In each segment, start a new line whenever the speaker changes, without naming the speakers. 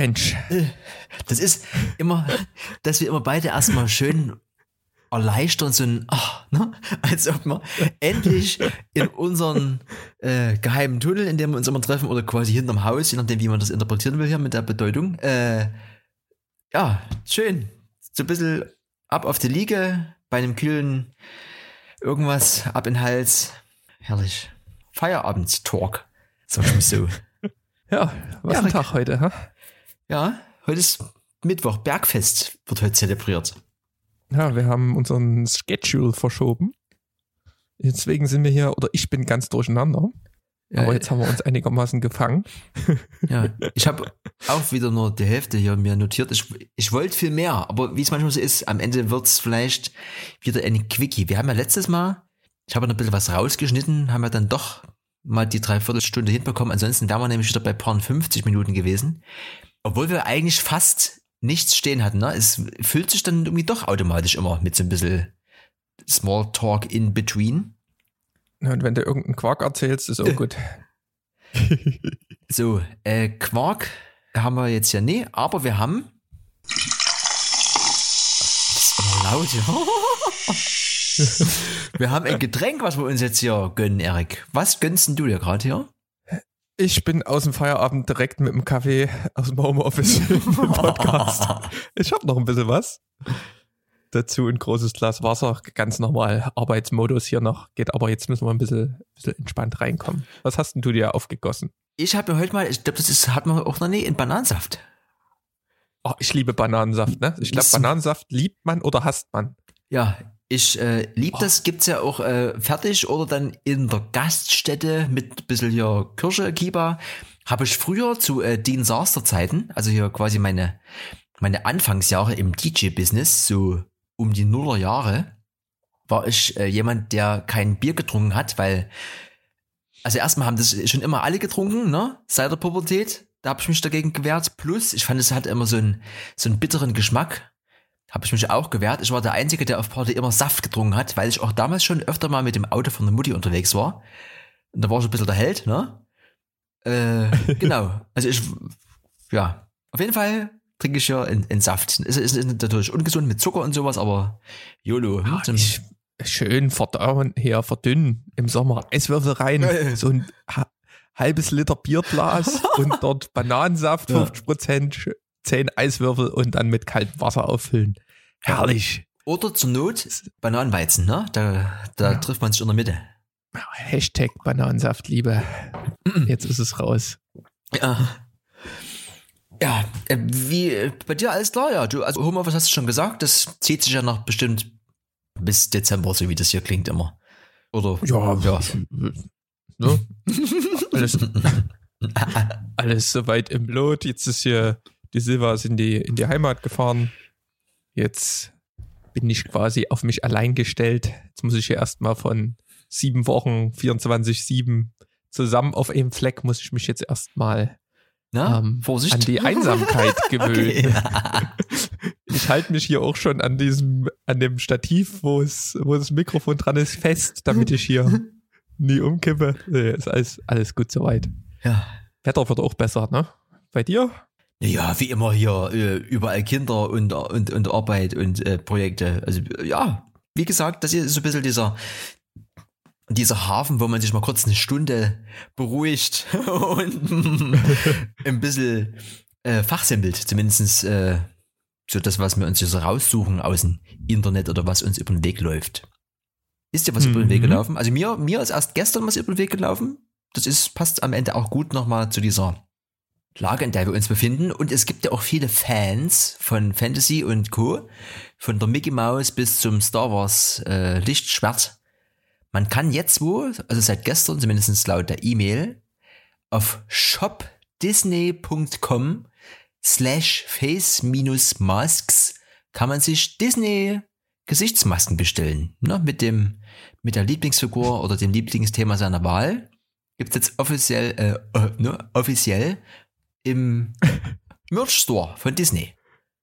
Mensch.
Das ist immer, dass wir immer beide erstmal schön erleichtern, so ein, als ob wir endlich in unseren geheimen Tunnel, in dem wir uns immer treffen, oder quasi hinterm Haus, je nachdem, wie man das interpretieren will hier mit der Bedeutung. Schön. So ein bisschen ab auf die Liege, bei einem kühlen irgendwas, ab in den Hals. Herrlich. Feierabend-Talk, sag ich mal so.
Ja, was ein Tag heute, ha?
Ja, heute ist Mittwoch, Bergfest wird heute zelebriert.
Ja, wir haben unseren Schedule verschoben. Deswegen sind wir hier, oder ich bin ganz durcheinander. Ja, aber jetzt haben wir uns einigermaßen gefangen.
Ja, ich habe auch wieder nur die Hälfte hier mir notiert. Ich wollte viel mehr, aber wie es manchmal so ist, am Ende wird es vielleicht wieder ein Quickie. Wir haben ja letztes Mal, ich habe noch ein bisschen was rausgeschnitten, haben wir dann doch mal die 3/4 Stunde hinbekommen. Ansonsten wären wir nämlich wieder bei paar 50 Minuten gewesen. Obwohl wir eigentlich fast nichts stehen hatten. Ne? Es füllt sich dann irgendwie doch automatisch immer mit so ein bisschen Smalltalk in between.
Und wenn du irgendeinen Quark erzählst, ist auch gut.
So, Quark haben wir jetzt ja nie, aber wir haben... Das ist immer laut, ja. Wir haben ein Getränk, was wir uns jetzt hier gönnen, Erik. Was gönnst denn du dir gerade hier?
Ich bin aus dem Feierabend direkt mit dem Kaffee aus dem Homeoffice im Podcast. Ich habe noch ein bisschen was. Dazu ein großes Glas Wasser, ganz normal Arbeitsmodus hier noch. Geht aber jetzt müssen wir ein bisschen entspannt reinkommen. Was hast denn du dir aufgegossen?
Ich habe mir heute mal, ich glaube, hat man auch noch nie, in Bananensaft.
Oh, ich liebe Bananensaft, ne? Ich glaube, Bananensaft liebt man oder hasst man.
Ja, ich liebe das. Gibt's ja auch fertig oder dann in der Gaststätte mit ein bisschen hier Kirsche, Kiba. Habe ich früher zu Dean Sarster Zeiten, also hier quasi meine Anfangsjahre im DJ-Business, so um die Nullerjahre, war ich jemand, der kein Bier getrunken hat, weil, also erstmal haben das schon immer alle getrunken, ne, seit der Pubertät, da habe ich mich dagegen gewehrt, plus ich fand, es hat immer so einen bitteren Geschmack, habe ich mich auch gewehrt. Ich war der Einzige, der auf Party immer Saft getrunken hat, weil ich auch damals schon öfter mal mit dem Auto von der Mutti unterwegs war, und da war ich ein bisschen der Held, ne, genau, also auf jeden Fall trinke ich ja in Saft. Es ist natürlich ungesund mit Zucker und sowas, aber YOLO.
Schön verdauen, verdünnen im Sommer. Eiswürfel rein, so ein halbes Liter Bierglas und dort Bananensaft, 50%, 10 Eiswürfel und dann mit kaltem Wasser auffüllen. Herrlich.
Oder zur Not Bananenweizen, ne? Da trifft man sich in der Mitte.
Hashtag Bananensaftliebe. Jetzt ist es raus.
Ja. Ja, wie bei dir alles klar, ja. Du, also Homeoffice hast du schon gesagt, das zieht sich ja noch bestimmt bis Dezember, so wie das hier klingt immer. Oder? Ja.
Ne? Alles soweit im Lot. Jetzt ist hier die Silva in die Heimat gefahren. Jetzt bin ich quasi auf mich allein gestellt. Jetzt muss ich hier erstmal von 7 Wochen, 24/7 zusammen auf einem Fleck, muss ich mich jetzt erstmal
Vorsicht.
An die Einsamkeit gewöhnt.
Okay.
Ich halte mich hier auch schon an dem Stativ, wo das Mikrofon dran ist, fest, damit ich hier nie umkippe. Ist alles gut soweit.
Ja.
Wetter wird auch besser, ne? Bei dir?
Ja, wie immer hier, überall Kinder und Arbeit und Projekte. Also ja, wie gesagt, das hier ist so ein bisschen dieser Hafen, wo man sich mal kurz eine Stunde beruhigt und ein bisschen fachsimpelt, zumindest so das, was wir uns hier so raussuchen aus dem Internet oder was uns über den Weg läuft. Ist dir was über den Weg gelaufen? Also mir ist erst gestern was über den Weg gelaufen. Das passt am Ende auch gut nochmal zu dieser Lage, in der wir uns befinden. Und es gibt ja auch viele Fans von Fantasy und Co. Von der Mickey Mouse bis zum Star Wars Lichtschwert. Man kann jetzt also seit gestern, zumindest laut der E-Mail, auf shopdisney.com/face-masks kann man sich Disney-Gesichtsmasken bestellen. Ne? Mit der Lieblingsfigur oder dem Lieblingsthema seiner Wahl. Gibt's jetzt offiziell im Merch-Store von Disney.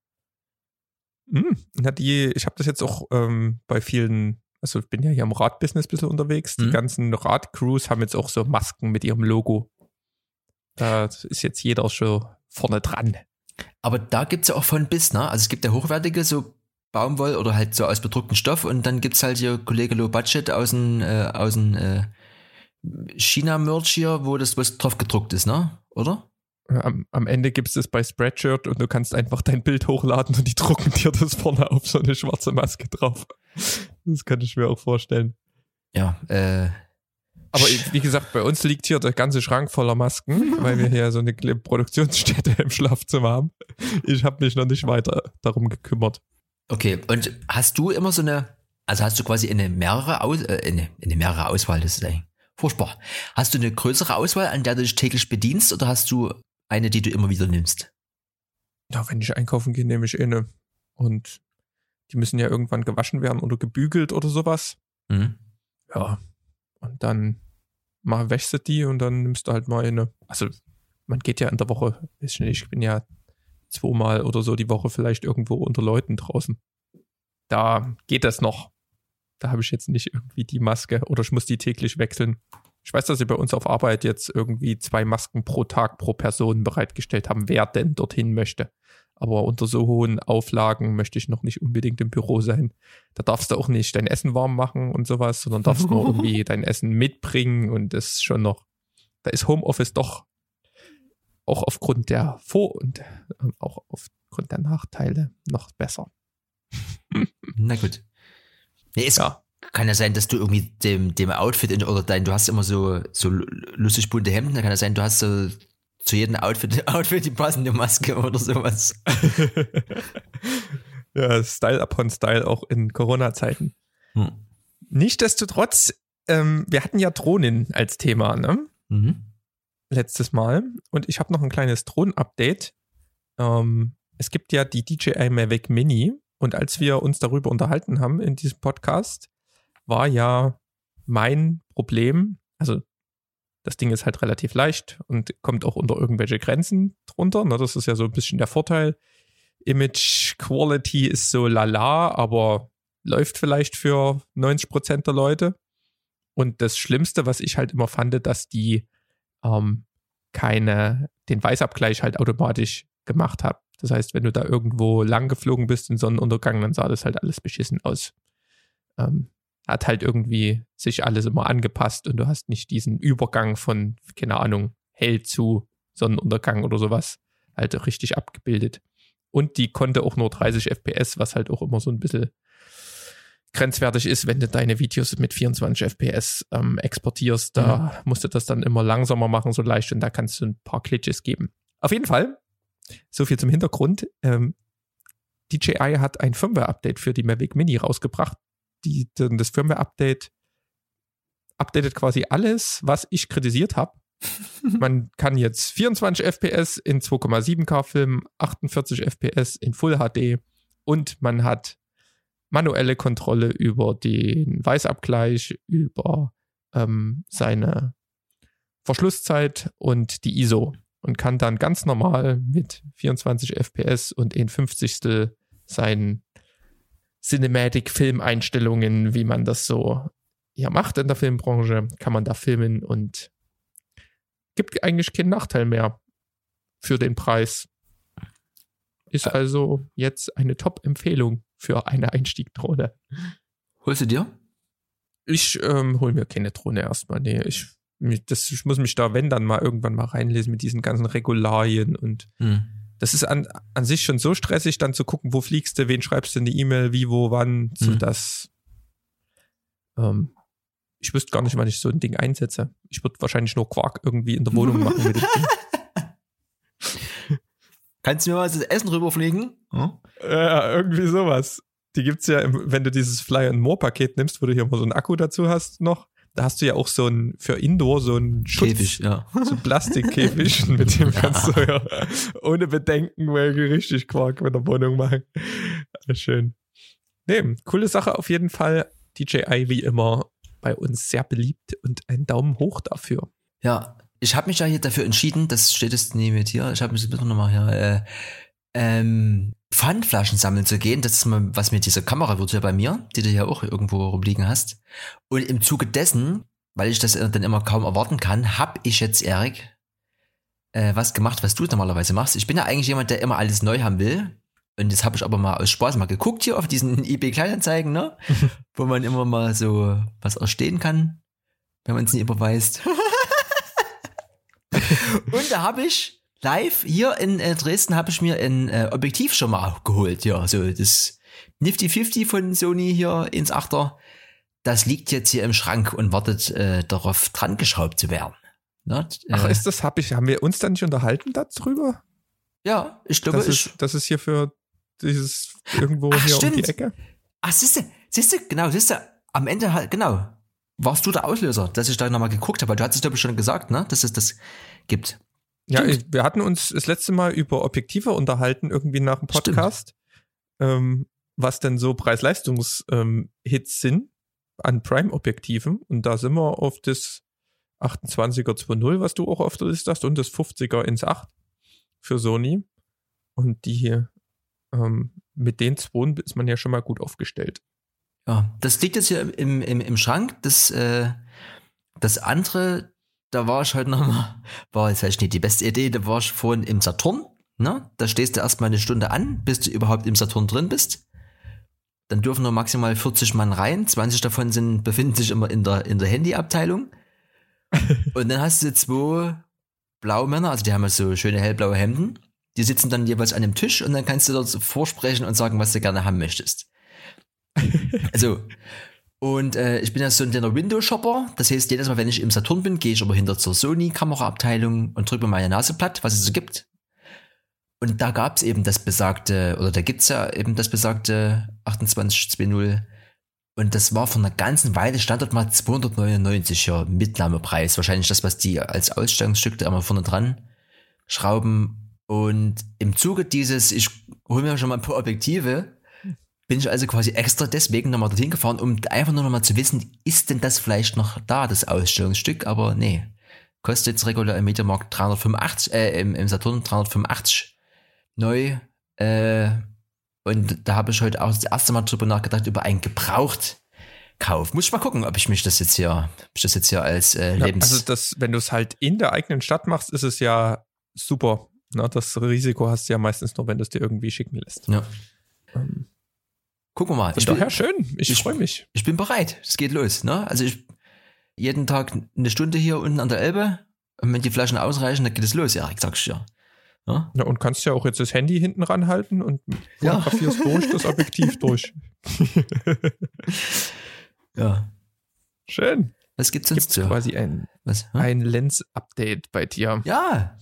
Ich habe das jetzt auch bei vielen. Also ich bin ja hier im Radbusiness ein bisschen unterwegs. Die ganzen Radcrews haben jetzt auch so Masken mit ihrem Logo. Da ist jetzt jeder schon vorne dran.
Aber da gibt's ja auch von bis, ne? Also es gibt ja hochwertige, so Baumwoll oder halt so aus bedrucktem Stoff und dann gibt's halt hier Kollege Low Budget aus dem China-Merch hier, wo das was drauf gedruckt ist, ne? Oder?
Am Ende gibt's das bei Spreadshirt und du kannst einfach dein Bild hochladen und die drucken dir das vorne auf so eine schwarze Maske drauf. Das kann ich mir auch vorstellen.
Ja,
Aber wie gesagt, bei uns liegt hier der ganze Schrank voller Masken, weil wir hier so eine Produktionsstätte im Schlafzimmer haben. Ich habe mich noch nicht weiter darum gekümmert.
okay. Und hast du immer also hast du quasi eine mehrere Auswahl, das ist eigentlich furchtbar. Hast du eine größere Auswahl, an der du dich täglich bedienst, oder hast du eine, die du immer wieder nimmst?
Ja, wenn ich einkaufen gehe, nehme ich eine. Und die müssen ja irgendwann gewaschen werden oder gebügelt oder sowas.
Mhm.
Ja. Und dann mal wäschst du die und dann nimmst du halt mal eine. Also man geht ja in der Woche, ich bin ja 2-mal oder so die Woche vielleicht irgendwo unter Leuten draußen. Da geht das noch. Da habe ich jetzt nicht irgendwie die Maske oder ich muss die täglich wechseln. Ich weiß, dass sie bei uns auf Arbeit jetzt irgendwie 2 Masken pro Tag pro Person bereitgestellt haben, wer denn dorthin möchte. Aber unter so hohen Auflagen möchte ich noch nicht unbedingt im Büro sein. Da darfst du auch nicht dein Essen warm machen und sowas, sondern darfst nur irgendwie dein Essen mitbringen und das ist schon noch, da ist Homeoffice doch auch aufgrund der und auch aufgrund der Nachteile noch besser.
Na gut. Nee, es kann ja sein, dass du irgendwie dem Outfit oder du hast immer so lustig bunte Hemden, da kann ja sein, du hast so zu jedem Outfit die passende Maske oder sowas.
Ja, Style upon Style auch in Corona-Zeiten. Nichtsdestotrotz, wir hatten ja Drohnen als Thema, ne?
Mhm.
Letztes Mal. Und ich habe noch ein kleines Drohnen-Update. Es gibt ja die DJI Mavic Mini. Und als wir uns darüber unterhalten haben in diesem Podcast, war ja mein Problem, also das Ding ist halt relativ leicht und kommt auch unter irgendwelche Grenzen drunter. Ne? Das ist ja so ein bisschen der Vorteil. Image Quality ist so lala, aber läuft vielleicht für 90% der Leute. Und das Schlimmste, was ich halt immer fand, dass die den Weißabgleich halt automatisch gemacht haben. Das heißt, wenn du da irgendwo lang geflogen bist in Sonnenuntergang, dann sah das halt alles beschissen aus. Hat halt irgendwie sich alles immer angepasst und du hast nicht diesen Übergang von, keine Ahnung, hell zu Sonnenuntergang oder sowas halt richtig abgebildet. Und die konnte auch nur 30 FPS, was halt auch immer so ein bisschen grenzwertig ist, wenn du deine Videos mit 24 FPS exportierst. Da musst du das dann immer langsamer machen, so leicht, und da kannst du ein paar Glitches geben. Auf jeden Fall, so viel zum Hintergrund. DJI hat ein Firmware-Update für die Mavic Mini rausgebracht. Das Firmware-Update updatet quasi alles, was ich kritisiert habe. Man kann jetzt 24 FPS in 2,7K filmen, 48 FPS in Full HD und man hat manuelle Kontrolle über den Weißabgleich, über seine Verschlusszeit und die ISO und kann dann ganz normal mit 24 FPS und 1/50 seinen Cinematic-Filmeinstellungen, wie man das so ja macht in der Filmbranche, kann man da filmen und gibt eigentlich keinen Nachteil mehr für den Preis. Ist also jetzt eine Top-Empfehlung für eine Einstiegdrohne.
Holst du dir?
Ich hole mir keine Drohne erstmal. Nee, ich muss mich da, wenn dann mal irgendwann mal reinlesen mit diesen ganzen Regularien und das ist an sich schon so stressig, dann zu gucken, wo fliegst du, wen schreibst du in die E-Mail, wie, wo, wann, so dass ich wüsste gar nicht, wann ich so ein Ding einsetze. Ich würde wahrscheinlich nur Quark irgendwie in der Wohnung machen mit dem Ding.
Kannst du mir mal das Essen rüberfliegen?
Ja, irgendwie sowas. Die gibt's ja, wenn du dieses Fly and More Paket nimmst, wo du hier mal so einen Akku dazu hast noch, da hast du ja auch so ein, für Indoor so einen
Käfig, ja.
So ein Plastikkäfig, mit dem kannst du ja ohne Bedenken mal richtig Quark mit der Wohnung machen. Schön. Nee, coole Sache auf jeden Fall. DJI wie immer bei uns sehr beliebt und einen Daumen hoch dafür.
Ja, ich habe mich ja hier dafür entschieden, das steht jetzt neben mir hier, ich habe mich jetzt nochmal hier, Pfandflaschen sammeln zu gehen. Das ist mal, was mit dieser Kamera wird ja bei mir, die du ja auch irgendwo rumliegen hast. Und im Zuge dessen, weil ich das dann immer kaum erwarten kann, habe ich jetzt, Erik, was gemacht, was du normalerweise machst. Ich bin ja eigentlich jemand, der immer alles neu haben will. Und jetzt habe ich aber mal aus Spaß mal geguckt hier auf diesen eBay Kleinanzeigen, ne? Wo man immer mal so was erstehen kann, wenn man es nie überweist. Und da habe ich live hier in Dresden habe ich mir ein Objektiv schon mal geholt. Ja, so das Nifty 50 von Sony hier ins 8er. Das liegt jetzt hier im Schrank und wartet darauf, dran geschraubt zu werden. Ne?
Ach, ist das, haben wir uns da nicht unterhalten darüber?
Ja, ich glaube,
das ist hier für dieses irgendwo hier
stimmt.
um die Ecke.
Ach, siehste, genau, am Ende halt, genau, warst du der Auslöser, dass ich da nochmal geguckt habe, weil du hattest, glaube ich, schon gesagt, ne, dass es das gibt.
Ja, wir hatten uns das letzte Mal über Objektive unterhalten, irgendwie nach dem Podcast, was denn so Preis-Leistungs-Hits sind an Prime-Objektiven. Und da sind wir auf das 28er 2.0, was du auch auf der Liste hast, und das 50er ins 8 für Sony. Und die hier, mit den zwei ist man ja schon mal gut aufgestellt.
Ja, das liegt jetzt hier im Schrank. Das andere, da war ich heute nochmal, war jetzt vielleicht nicht die beste Idee, da war ich vorhin im Saturn. Ne? Da stehst du erstmal eine Stunde an, bis du überhaupt im Saturn drin bist. Dann dürfen nur maximal 40 Mann rein. 20 davon befinden sich immer in der Handyabteilung. Und dann hast du 2 blaue Männer, also die haben ja so schöne hellblaue Hemden. Die sitzen dann jeweils an einem Tisch und dann kannst du dort so vorsprechen und sagen, was du gerne haben möchtest. Also, und ich bin ja so ein kleiner Window-Shopper. Das heißt, jedes Mal, wenn ich im Saturn bin, gehe ich aber hinter zur Sony-Kameraabteilung und drücke mir meine Nase platt, was es so gibt. Und da gab's eben das besagte, oder da gibt's ja eben das besagte 28-2.0. Und das war von einer ganzen Weile, stand dort mal 299 Mitnahmepreis. Wahrscheinlich das, was die als Ausstellungsstück da immer vorne dran schrauben. Und im Zuge dieses, ich hole mir schon mal ein paar Objektive, bin ich also quasi extra deswegen nochmal dorthin gefahren, um einfach nur nochmal zu wissen, ist denn das vielleicht noch da, das Ausstellungsstück? Aber nee, kostet jetzt regulär im Mediamarkt 385, im Saturn 385 neu. Und da habe ich heute auch das erste Mal drüber nachgedacht, über einen Gebrauchtkauf. Muss ich mal gucken, ob ich das jetzt hier als Lebens...
Also wenn du es halt in der eigenen Stadt machst, ist es ja super. Na, das Risiko hast du ja meistens nur, wenn du es dir irgendwie schicken lässt.
Ja. Gucken wir mal.
Ist doch ja schön. Ich freue mich.
Ich bin bereit. Es geht los. Ne? Also jeden Tag eine Stunde hier unten an der Elbe. Und wenn die Flaschen ausreichen, dann geht es los, Erik, sagst du ja. Ja?
Ja, und kannst ja auch jetzt das Handy hinten ranhalten und fotografierst durch das Objektiv durch.
Ja.
Schön.
Was gibt's sonst so?
Quasi ein Lens-Update bei dir.
Ja.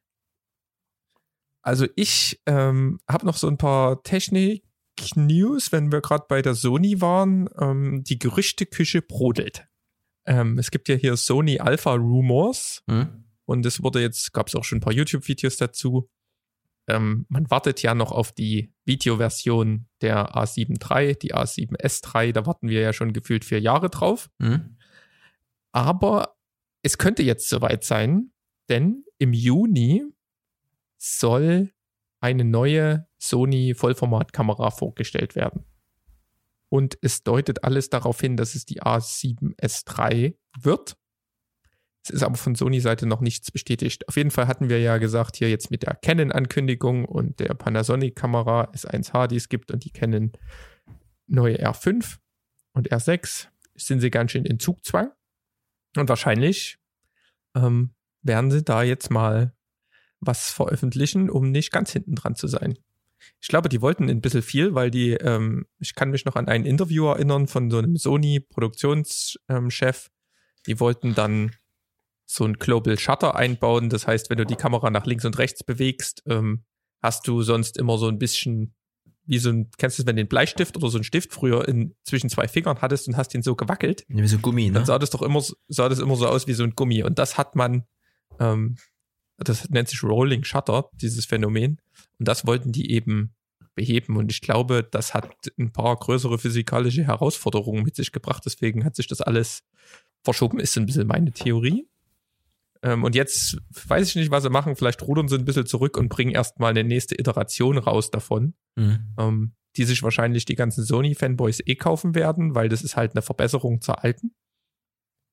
Also ich habe noch so ein paar Technik-News, wenn wir gerade bei der Sony waren. Die Gerüchteküche brodelt. Es gibt ja hier Sony Alpha Rumors. Und es gab es auch schon ein paar YouTube-Videos dazu. Man wartet ja noch auf die Videoversion der A7 III, die A7S III. Da warten wir ja schon gefühlt 4 Jahre drauf. Aber es könnte jetzt soweit sein, denn im Juni soll eine neue Sony Vollformatkamera vorgestellt werden. Und es deutet alles darauf hin, dass es die A7S III wird. Es ist aber von Sony-Seite noch nichts bestätigt. Auf jeden Fall hatten wir ja gesagt, hier jetzt mit der Canon-Ankündigung und der Panasonic-Kamera S1H, die es gibt, und die Canon neue R5 und R6, sind sie ganz schön in Zugzwang. Und wahrscheinlich werden sie da jetzt mal was veröffentlichen, um nicht ganz hinten dran zu sein. Ich glaube, die wollten ein bisschen viel, weil ich kann mich noch an ein Interview erinnern von so einem Sony-Produktionschef. Die wollten dann so ein Global Shutter einbauen. Das heißt, wenn du die Kamera nach links und rechts bewegst, hast du sonst immer so ein bisschen wie kennst du es, wenn du den Bleistift oder so einen Stift früher zwischen 2 Fingern hattest und hast ihn so gewackelt?
Wie so Gummi, ne?
Dann sah das immer so aus wie so ein Gummi. Und das hat man, das nennt sich Rolling Shutter, dieses Phänomen. Und das wollten die eben beheben. Und ich glaube, das hat ein paar größere physikalische Herausforderungen mit sich gebracht. Deswegen hat sich das alles verschoben, ist ein bisschen meine Theorie. Und jetzt weiß ich nicht, was sie machen. Vielleicht rudern sie ein bisschen zurück und bringen erstmal eine nächste Iteration raus davon, die sich wahrscheinlich die ganzen Sony-Fanboys kaufen werden, weil das ist halt eine Verbesserung zur alten.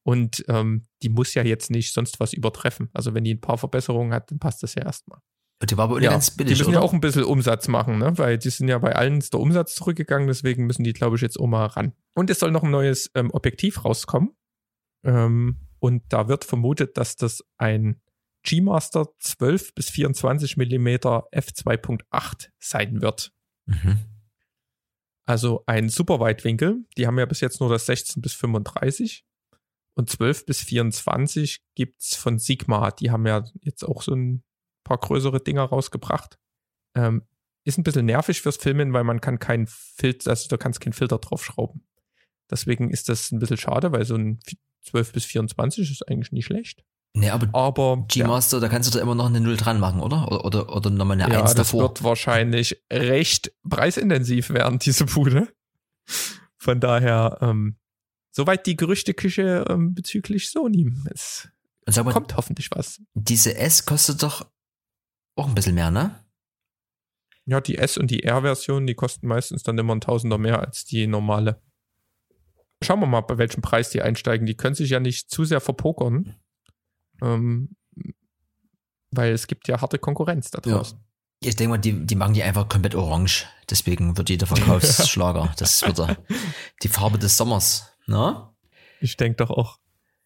Und die muss ja jetzt nicht sonst was übertreffen. Also wenn die ein paar Verbesserungen hat, dann passt das ja erstmal.
Und die war aber ganz billig,
die müssen
oder?
ja auch ein bisschen Umsatz machen, ne? Weil die sind ja bei allen ist der Umsatz zurückgegangen, deswegen müssen die, glaube ich, jetzt auch mal ran. Und es soll noch ein neues Objektiv rauskommen. Und da wird vermutet, dass das ein G-Master 12 bis 24 mm f2.8 sein wird.
Mhm.
Also ein Superweitwinkel. Die haben ja bis jetzt nur das 16 bis 35. Und 12 bis 24 gibt's von Sigma. Die haben ja jetzt auch so ein paar größere Dinger rausgebracht. Ist ein bisschen nervig fürs Filmen, weil man kann keinen Filter, also du kannst keinen Filter draufschrauben. Deswegen ist das ein bisschen schade, weil so ein 12 bis 24 ist eigentlich nicht schlecht.
Nee, aber G-Master, da kannst du da immer noch eine 0 dran machen, oder? Oder nochmal eine 1 davor.
Ja, das wird wahrscheinlich recht preisintensiv werden, diese Bude. Von daher, soweit die Gerüchteküche bezüglich Sony. Es kommt hoffentlich was.
Diese S kostet doch auch ein bisschen mehr, ne?
Ja, die S- und die R-Version, die kosten meistens dann immer ein Tausender mehr als die normale. Schauen wir mal, bei welchem Preis die einsteigen. Die können sich ja nicht zu sehr verpokern. Weil es gibt ja harte Konkurrenz da draußen.
Ja. Ich denke mal, die machen die einfach komplett orange. Deswegen wird die der Verkaufsschlager. Das wird die Farbe des Sommers. Ne?
Ich denke doch auch.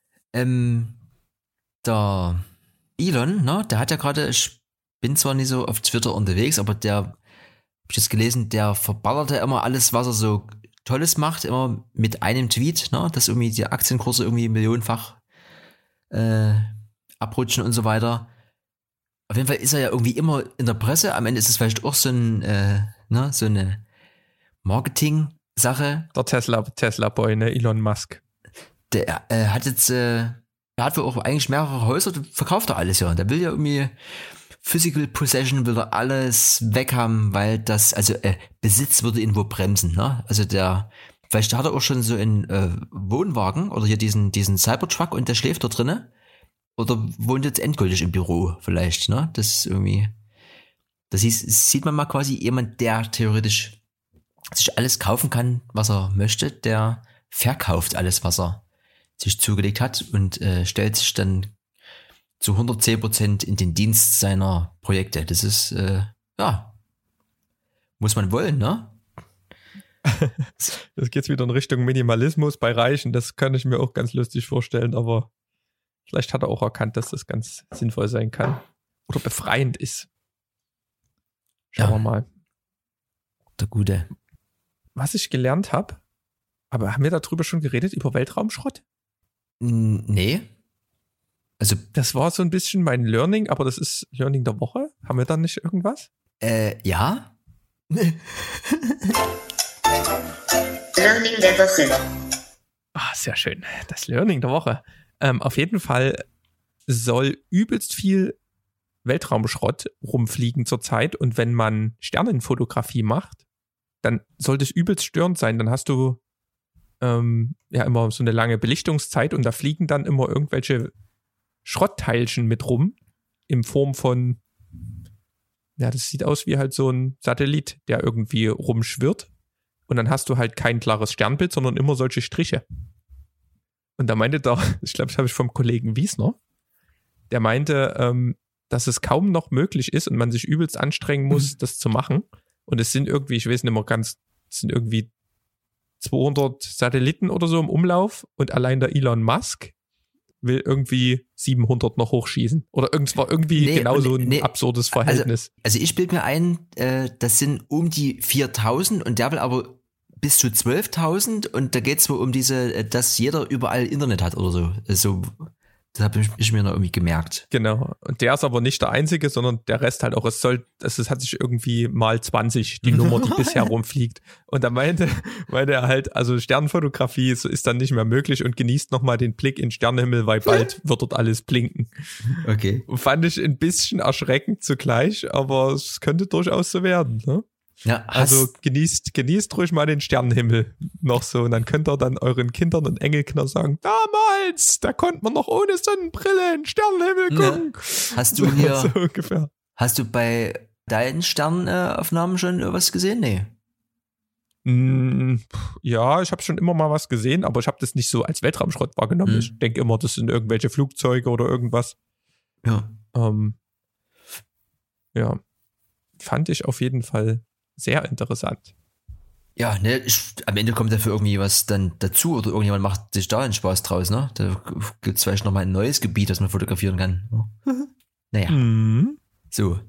Der Elon, ne, der hat ja gerade, ich bin zwar nicht so auf Twitter unterwegs, aber hab ich jetzt gelesen, der verballert ja immer alles, was er so Tolles macht, immer mit einem Tweet, ne, dass irgendwie die Aktienkurse irgendwie millionenfach abrutschen und so weiter. Auf jeden Fall ist er ja irgendwie immer in der Presse. Am Ende ist es vielleicht auch so so eine Marketing-Sache.
Der Tesla-Boy, ne, Elon Musk.
Der hat jetzt, der hat wohl auch eigentlich mehrere Häuser, verkauft er alles ja. Der will ja irgendwie Physical Possession, will er alles weghaben, weil das, also Besitz würde ihn wohl bremsen, ne? Also vielleicht hat er auch schon so einen Wohnwagen oder hier diesen Cybertruck und der schläft da drinne. Oder wohnt jetzt endgültig im Büro vielleicht, ne? Das ist irgendwie, sieht man mal quasi jemand, der theoretisch sich alles kaufen kann, was er möchte, der verkauft alles, was er sich zugelegt hat und stellt sich dann zu 110% in den Dienst seiner Projekte. Das ist, muss man wollen, ne?
Das geht wieder in Richtung Minimalismus bei Reichen. Das kann ich mir auch ganz lustig vorstellen, aber vielleicht hat er auch erkannt, dass das ganz sinnvoll sein kann. Oder befreiend ist. Schauen wir mal.
Der Gute.
Was ich gelernt habe, aber haben wir darüber schon geredet, über Weltraumschrott?
Nee. Also,
das war so ein bisschen mein Learning, aber das ist Learning der Woche. Haben wir dann nicht irgendwas?
Ja.
Learning der Woche.
Ah, sehr schön. Das Learning der Woche. Auf jeden Fall soll übelst viel Weltraumschrott rumfliegen zurzeit und wenn man Sternenfotografie macht, dann soll das übelst störend sein. Dann hast du immer so eine lange Belichtungszeit und da fliegen dann immer irgendwelche Schrottteilchen mit rum in Form von, ja, das sieht aus wie halt so ein Satellit, der irgendwie rumschwirrt und dann hast du halt kein klares Sternbild, sondern immer solche Striche. Und da meinte doch, ich glaube, das habe ich vom Kollegen Wiesner, der meinte, dass es kaum noch möglich ist und man sich übelst anstrengen muss, das zu machen. Und es sind irgendwie, ich weiß nicht mehr ganz, es sind irgendwie 200 Satelliten oder so im Umlauf und allein der Elon Musk will irgendwie 700 noch hochschießen. Oder irgendwie genau so ein absurdes Verhältnis.
Also ich bilde mir ein, das sind um die 4.000 und der will aber bis zu 12.000 und da geht es wohl um dass jeder überall Internet hat oder so. Also, das habe ich mir noch irgendwie gemerkt.
Genau. Und der ist aber nicht der Einzige, sondern der Rest halt auch. Es hat sich irgendwie mal 20, die Nummer, die bisher rumfliegt. Und da meinte er halt, also Sternenfotografie ist dann nicht mehr möglich und genießt nochmal den Blick in den Sternenhimmel, weil bald wird dort alles blinken.
Okay.
Fand ich ein bisschen erschreckend zugleich, aber es könnte durchaus so werden, ne?
Ja,
also genießt ruhig mal den Sternenhimmel noch so und dann könnt ihr dann euren Kindern und Enkelkindern sagen, damals, da konnte man noch ohne Sonnenbrille in den Sternenhimmel gucken.
Ja. Hast du
so
bei deinen Sternaufnahmen schon was gesehen? Nee.
Ja, ich habe schon immer mal was gesehen, aber ich habe das nicht so als Weltraumschrott wahrgenommen. Ich denke immer, das sind irgendwelche Flugzeuge oder irgendwas.
Ja.
Ja, fand ich auf jeden Fall sehr interessant.
Ja, ne, am Ende kommt dafür irgendwie was dann dazu oder irgendjemand macht sich da einen Spaß draus, ne? Da gibt's vielleicht nochmal ein neues Gebiet, das man fotografieren kann. Ne? Naja. So.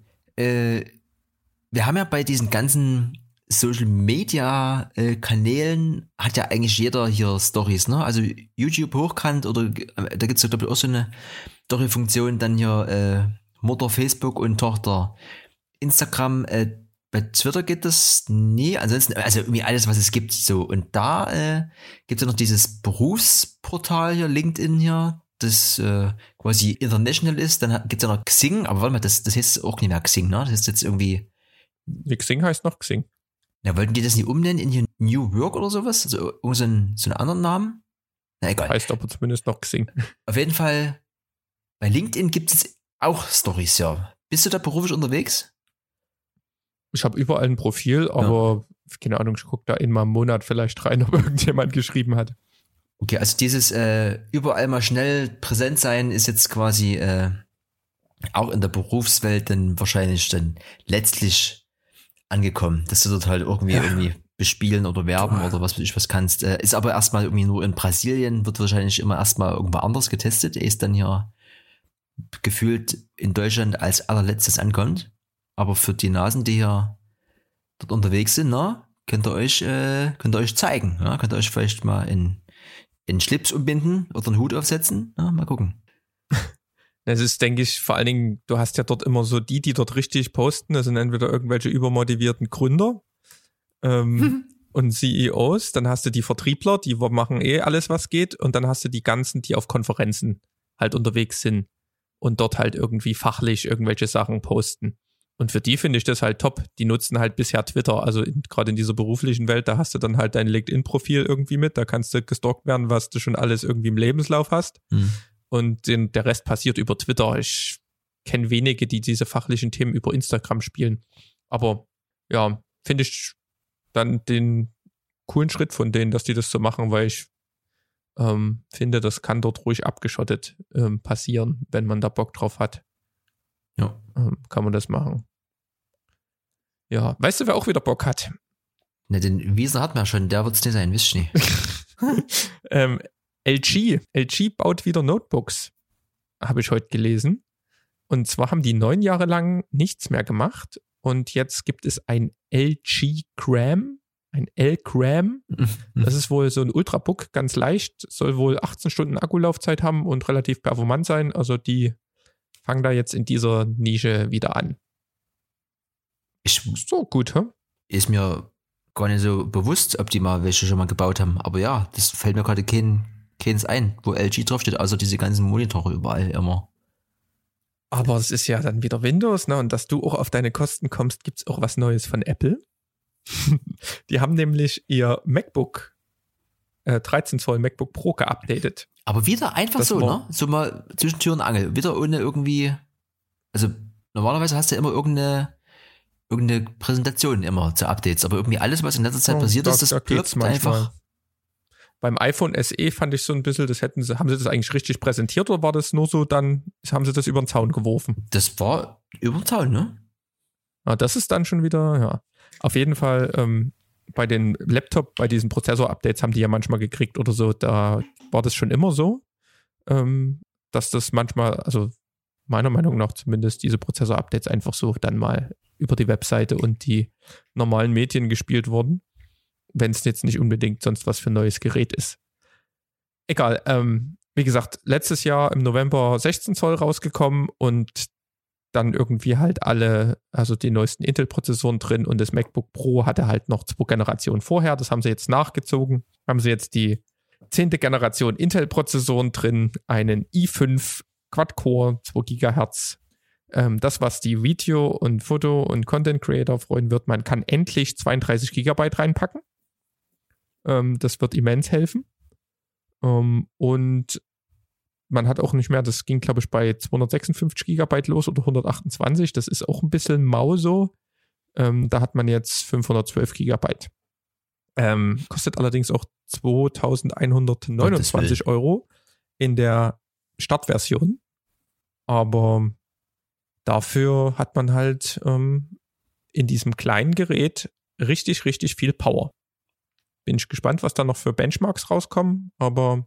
Wir haben ja bei diesen ganzen Social Media Kanälen hat ja eigentlich jeder hier Stories, ne? Also YouTube hochkant oder da gibt's ja glaube ich auch so eine Story-Funktion, dann hier Mutter Facebook und Tochter Instagram, bei Twitter geht das nie, ansonsten, also irgendwie alles, was es gibt, so. Und da gibt es ja noch dieses Berufsportal hier, LinkedIn hier, das quasi international ist. Dann gibt es ja noch Xing, aber warte mal, das heißt auch nicht mehr Xing, ne? Das ist jetzt irgendwie...
Xing heißt noch Xing.
Ja, wollten die das nicht umnennen in hier New Work oder sowas? Also irgend so einen anderen Namen? Na egal.
Heißt aber zumindest noch Xing.
Auf jeden Fall, bei LinkedIn gibt es auch Stories, ja. Bist du da beruflich unterwegs?
Ich habe überall ein Profil, aber keine Ahnung, ich gucke da einmal im Monat vielleicht rein, ob irgendjemand geschrieben hat.
Okay, also dieses überall mal schnell präsent sein ist jetzt quasi auch in der Berufswelt dann wahrscheinlich dann letztlich angekommen, dass du dort halt irgendwie bespielen oder werben oder was weiß ich was kannst. Ist aber erstmal irgendwie nur in Brasilien, wird wahrscheinlich immer erstmal irgendwo anders getestet. Er ist dann hier gefühlt in Deutschland als allerletztes ankommt. Aber für die Nasen, die hier dort unterwegs sind, na, könnt ihr euch zeigen. Ja? Könnt ihr euch vielleicht mal in Schlips umbinden oder einen Hut aufsetzen. Na, mal gucken.
Das ist, denke ich, vor allen Dingen, du hast ja dort immer so die dort richtig posten. Das sind entweder irgendwelche übermotivierten Gründer und CEOs. Dann hast du die Vertriebler, die machen alles, was geht. Und dann hast du die ganzen, die auf Konferenzen halt unterwegs sind und dort halt irgendwie fachlich irgendwelche Sachen posten. Und für die finde ich das halt top. Die nutzen halt bisher Twitter. Also gerade in dieser beruflichen Welt, da hast du dann halt dein LinkedIn-Profil irgendwie mit. Da kannst du gestalkt werden, was du schon alles irgendwie im Lebenslauf hast. Und der Rest passiert über Twitter. Ich kenne wenige, die diese fachlichen Themen über Instagram spielen. Aber ja, finde ich dann den coolen Schritt von denen, dass die das so machen, weil ich finde, das kann dort ruhig abgeschottet passieren, wenn man da Bock drauf hat.
Ja.
Kann man das machen. Ja, weißt du, wer auch wieder Bock hat?
Ne, den Wiesner hat man ja schon, der wird's nicht sein, wisst ihr nicht.
LG baut wieder Notebooks, habe ich heute gelesen. Und zwar haben die 9 Jahre lang nichts mehr gemacht und jetzt gibt es ein LG Gram, ein L-Gram. Das ist wohl so ein Ultrabook, ganz leicht, soll wohl 18 Stunden Akkulaufzeit haben und relativ performant sein. Also die fangen da jetzt in dieser Nische wieder an. So gut, hä?
Ist mir gar nicht so bewusst, ob die mal welche schon mal gebaut haben. Aber ja, das fällt mir gerade keins ein, wo LG draufsteht, außer diese ganzen Monitore überall immer.
Aber es ist ja dann wieder Windows, ne? Und dass du auch auf deine Kosten kommst, gibt's auch was Neues von Apple. Die haben nämlich ihr MacBook 13 Zoll MacBook Pro geupdatet.
Aber wieder einfach das so, ne? So mal zwischen Tür und Angel. Wieder ohne irgendwie, also normalerweise hast du ja immer irgendeine Präsentation immer zu Updates, aber irgendwie alles, was in letzter Zeit passiert ist, das ploppt einfach.
Beim iPhone SE fand ich so ein bisschen, haben sie das eigentlich richtig präsentiert oder war das nur so, dann haben sie das über den Zaun geworfen?
Das war über den Zaun, ne?
Ja, das ist dann schon wieder, ja. Auf jeden Fall, bei den Laptop, bei diesen Prozessor-Updates haben die ja manchmal gekriegt oder so, da war das schon immer so, dass das manchmal, also meiner Meinung nach zumindest, diese Prozessor-Updates einfach so dann mal über die Webseite und die normalen Medien gespielt wurden, wenn es jetzt nicht unbedingt sonst was für ein neues Gerät ist. Egal, wie gesagt, letztes Jahr im November 16 Zoll rausgekommen und dann irgendwie halt also die neuesten Intel-Prozessoren drin und das MacBook Pro hatte halt noch 2 Generationen vorher, das haben sie jetzt nachgezogen, haben sie jetzt die 10. Generation Intel-Prozessoren drin, einen i5 Quad-Core, 2 GHz. Das, was die Video- und Foto- und Content-Creator freuen wird, man kann endlich 32 GB reinpacken. Das wird immens helfen. Und man hat auch nicht mehr, das ging glaube ich bei 256 GB los oder 128, das ist auch ein bisschen mau so. Da hat man jetzt 512 GB. Kostet allerdings auch 2.129 Euro in der Startversion. Aber dafür hat man halt in diesem kleinen Gerät richtig, richtig viel Power. Bin ich gespannt, was da noch für Benchmarks rauskommen, aber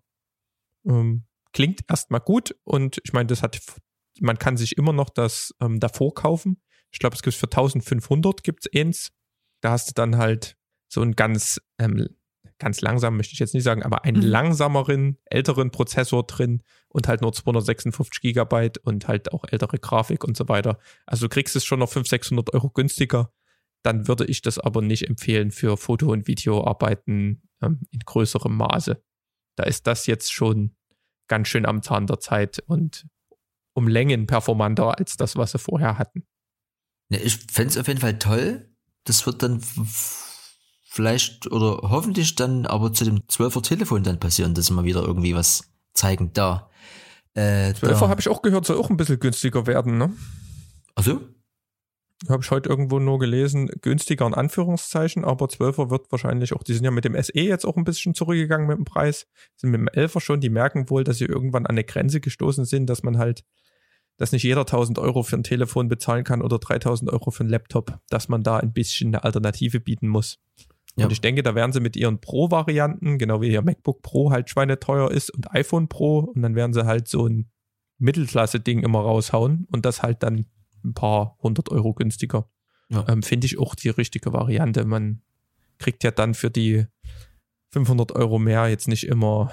klingt erstmal gut und ich meine, man kann sich immer noch das davor kaufen. Ich glaube, es gibt für 1.500 gibt es eins. Da hast du dann halt so einen ganz langsam, möchte ich jetzt nicht sagen, aber einen langsameren, älteren Prozessor drin und halt nur 256 Gigabyte und halt auch ältere Grafik und so weiter. Also du kriegst es schon noch 500-600 Euro günstiger. Dann würde ich das aber nicht empfehlen für Foto- und Videoarbeiten in größerem Maße. Da ist das jetzt schon ganz schön am Zahn der Zeit und um Längen performanter als das, was sie vorher hatten.
Ja, ich fände es auf jeden Fall toll. Das wird dann vielleicht oder hoffentlich dann aber zu dem 12er Telefon dann passieren, dass sie mal wieder irgendwie was zeigen da.
12er habe ich auch gehört, soll auch ein bisschen günstiger werden, ne?
Ach so?
Habe ich heute irgendwo nur gelesen, günstiger in Anführungszeichen, aber 12er wird wahrscheinlich auch, die sind ja mit dem SE jetzt auch ein bisschen zurückgegangen mit dem Preis, sind mit dem 11er schon, die merken wohl, dass sie irgendwann an eine Grenze gestoßen sind, dass man halt, dass nicht jeder 1.000 Euro für ein Telefon bezahlen kann oder 3.000 Euro für einen Laptop, dass man da ein bisschen eine Alternative bieten muss. Ja. Und ich denke, da werden sie mit ihren Pro-Varianten, genau wie ihr MacBook Pro halt schweineteuer ist und iPhone Pro, und dann werden sie halt so ein Mittelklasse-Ding immer raushauen und das halt dann ein paar 100 Euro günstiger. Ja. Finde ich auch die richtige Variante. Man kriegt ja dann für die 500 Euro mehr jetzt nicht immer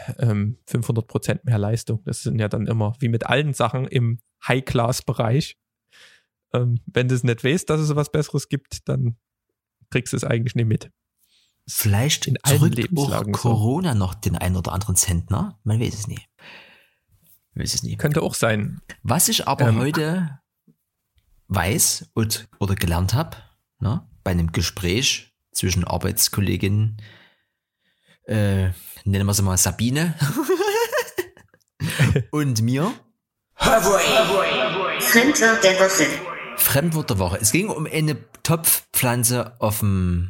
500% mehr Leistung. Das sind ja dann immer, wie mit allen Sachen im High-Class-Bereich. Wenn du es nicht weißt, dass es was Besseres gibt, dann kriegst du es eigentlich nicht mit.
Vielleicht
in allen
drückt
Lebenslagen
auch Corona noch den ein oder anderen Cent, ne? Man weiß es nie.
Könnte auch sein.
Was ich aber heute weiß oder gelernt habe, ne, bei einem Gespräch zwischen Arbeitskolleginnen, nennen wir sie mal Sabine und mir.
Fremdwort der Woche.
Fremdwort der Woche. Es ging um eine Topfpflanze auf dem,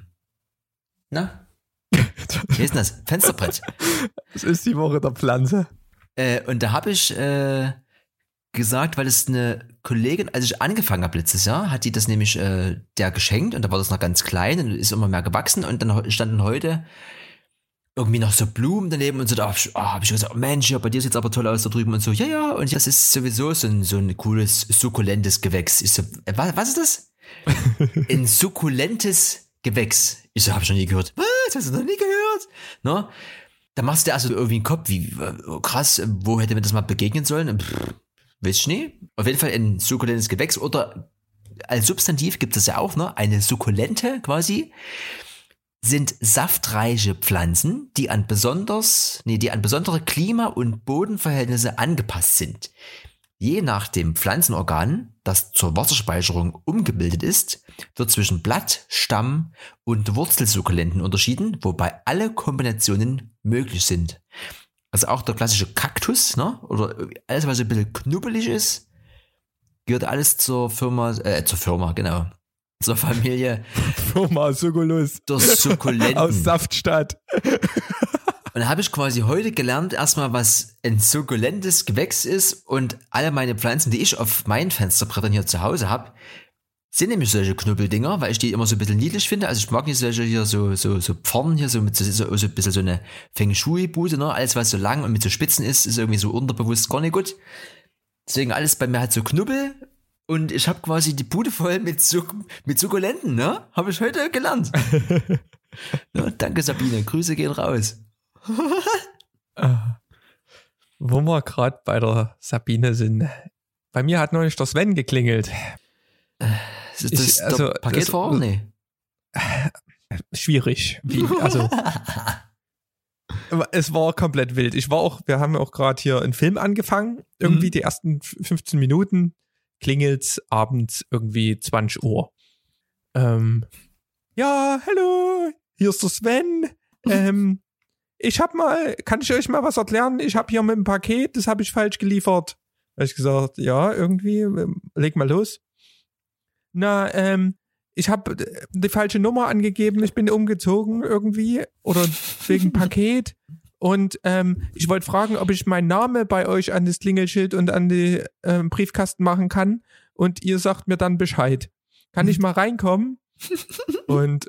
wie ist denn das? Fensterbrett.
Das ist die Woche der Pflanze.
Und da habe ich gesagt, weil es eine Kollegin, als ich angefangen habe letztes Jahr, hat die das nämlich der geschenkt und da war das noch ganz klein und ist immer mehr gewachsen und dann standen heute irgendwie noch so Blumen daneben und so, da hab ich gesagt, oh Mensch, ja, bei dir sieht's aber toll aus da drüben und so, ja, und das ist sowieso so ein cooles, sukkulentes Gewächs. Ich so, was ist das? Ein sukkulentes Gewächs. Ich so, hab ich noch nie gehört. Was? Hast du noch nie gehört? No? Da machst du also irgendwie einen Kopf, wie krass, wo hätte mir das mal begegnen sollen? Weiß ich nicht. Auf jeden Fall ein sukkulentes Gewächs oder als Substantiv gibt es ja auch, ne? Eine Sukkulente quasi sind saftreiche Pflanzen, die an besondere Klima- und Bodenverhältnisse angepasst sind. Je nach dem Pflanzenorgan, das zur Wasserspeicherung umgebildet ist, wird zwischen Blatt-, Stamm- und Wurzelsukkulenten unterschieden, wobei alle Kombinationen möglich sind. Also auch der klassische Kaktus, ne? Oder alles, was ein bisschen knubbelig ist, gehört alles zur Familie.
Firma Sukkulus.
Der Sukkulenten.
Aus Saftstadt.
Und da habe ich quasi heute gelernt, erstmal, was ein sukkulentes Gewächs ist und alle meine Pflanzen, die ich auf meinen Fensterbrettern hier zu Hause habe, sind nämlich solche Knubbeldinger, weil ich die immer so ein bisschen niedlich finde. Also ich mag nicht solche hier so Pfornen hier, so mit so ein bisschen so eine Feng Shui-Bude, ne? Alles, was so lang und mit so Spitzen ist irgendwie so unterbewusst gar nicht gut. Deswegen alles bei mir halt so Knubbel. Und ich habe quasi die Bude voll mit Sukkulenten, ne? Habe ich heute gelernt. Ja, danke Sabine, Grüße gehen raus.
Wo wir gerade bei der Sabine sind. Bei mir hat neulich der Sven geklingelt.
Ist das der Paketfahrer? Nee.
Schwierig. Es war komplett wild. Wir haben auch gerade hier einen Film angefangen. Irgendwie die ersten 15 Minuten klingelt's abends irgendwie 20 Uhr. Ja, hallo, hier ist der Sven. Kann ich euch mal was erklären? Ich habe hier mit dem Paket, das habe ich falsch geliefert. Da habe ich gesagt, ja, irgendwie, leg mal los. Na, ich habe die falsche Nummer angegeben, ich bin umgezogen irgendwie oder wegen Paket und ich wollte fragen, ob ich meinen Namen bei euch an das Klingelschild und an die Briefkasten machen kann und ihr sagt mir dann Bescheid. Kann ich mal reinkommen? Und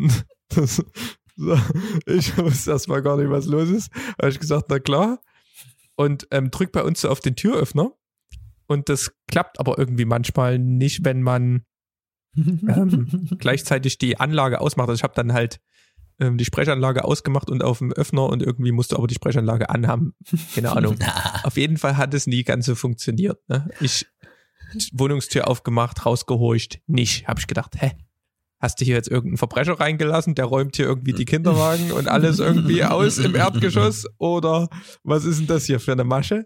ich wusste erstmal gar nicht, was los ist. Habe ich gesagt, na klar. Und drück bei uns so auf den Türöffner. Und das klappt aber irgendwie manchmal nicht, wenn man gleichzeitig die Anlage ausmacht. Also ich habe dann halt die Sprechanlage ausgemacht und auf dem Öffner und irgendwie musste aber die Sprechanlage anhaben. Keine Ahnung. Auf jeden Fall hat es nie ganz so funktioniert. Ne? Ich Wohnungstür aufgemacht, rausgehorcht, nicht. Habe ich gedacht, hast du hier jetzt irgendeinen Verbrecher reingelassen, der räumt hier irgendwie die Kinderwagen und alles irgendwie aus im Erdgeschoss oder was ist denn das hier für eine Masche?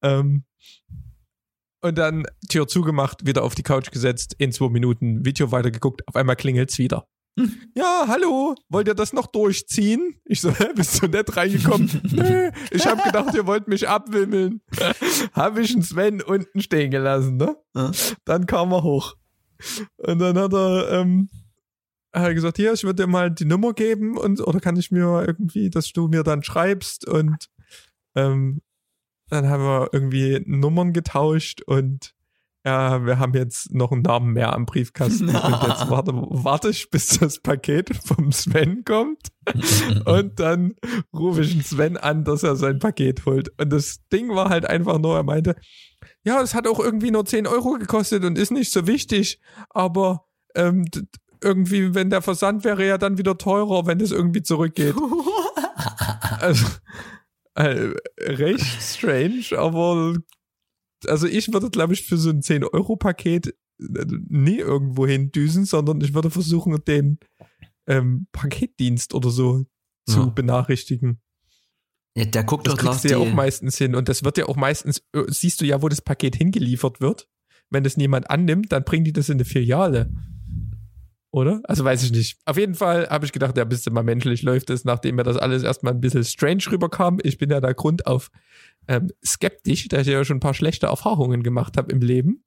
Und dann Tür zugemacht, wieder auf die Couch gesetzt, in 2 Minuten Video weitergeguckt, auf einmal klingelt's wieder. Ja, hallo, wollt ihr das noch durchziehen? Ich so, bist du nett reingekommen? Nö, ich habe gedacht, ihr wollt mich abwimmeln. Habe ich einen Sven unten stehen gelassen, ne? Dann kam er hoch. Und dann hat er gesagt, hier, ich würde dir mal die Nummer geben oder kann ich mir irgendwie, dass du mir dann schreibst und dann haben wir irgendwie Nummern getauscht und ja, wir haben jetzt noch einen Namen mehr am Briefkasten und jetzt warte ich, bis das Paket vom Sven kommt und dann rufe ich den Sven an, dass er sein Paket holt. Und das Ding war halt einfach nur, er meinte, ja, es hat auch irgendwie nur 10 Euro gekostet und ist nicht so wichtig, aber irgendwie, wenn der Versand wäre, ja dann wieder teurer, wenn das irgendwie zurückgeht. Also recht strange, aber also ich würde, glaube ich, für so ein 10-Euro-Paket nie irgendwo hin düsen, sondern ich würde versuchen, den Paketdienst oder so zu benachrichtigen.
Ja, der guckt
das
doch nach
kriegst du ja auch meistens hin und das wird ja auch meistens, siehst du ja, wo das Paket hingeliefert wird. Wenn das niemand annimmt, dann bringen die das in eine Filiale. Oder? Also weiß ich nicht. Auf jeden Fall habe ich gedacht, ja, bist du mal menschlich, läuft es, nachdem mir das alles erstmal ein bisschen strange rüberkam. Ich bin ja da grundauf skeptisch, da ich ja schon ein paar schlechte Erfahrungen gemacht habe im Leben.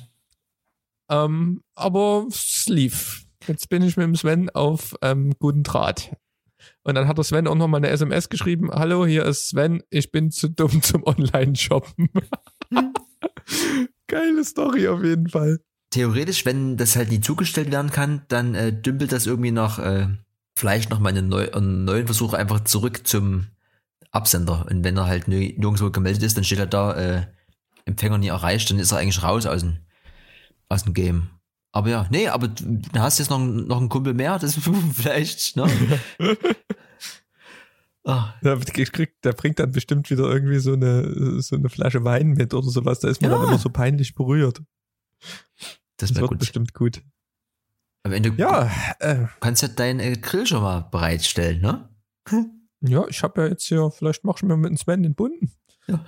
Aber es lief. Jetzt bin ich mit dem Sven auf guten Draht. Und dann hat der Sven auch nochmal eine SMS geschrieben, hallo, hier ist Sven, ich bin zu dumm zum Online-Shoppen. Geile Story auf jeden Fall.
Theoretisch, wenn das halt nie zugestellt werden kann, dann dümpelt das irgendwie noch vielleicht noch mal einen neuen Versuch einfach zurück zum Absender. Und wenn er halt nirgendwo gemeldet ist, dann steht er da, Empfänger nie erreicht, dann ist er eigentlich raus aus dem Game. Aber ja, nee, aber du hast jetzt noch einen Kumpel mehr, das vielleicht, ne?
Der bringt dann bestimmt wieder irgendwie so eine Flasche Wein mit oder sowas, da ist man dann immer so peinlich berührt.
Das wird
gut. Bestimmt gut.
Aber wenn du kannst ja deinen Grill schon mal bereitstellen, ne?
Ja, ich habe ja jetzt hier, vielleicht mach ich mir mit dem Sven den bunten. Ja.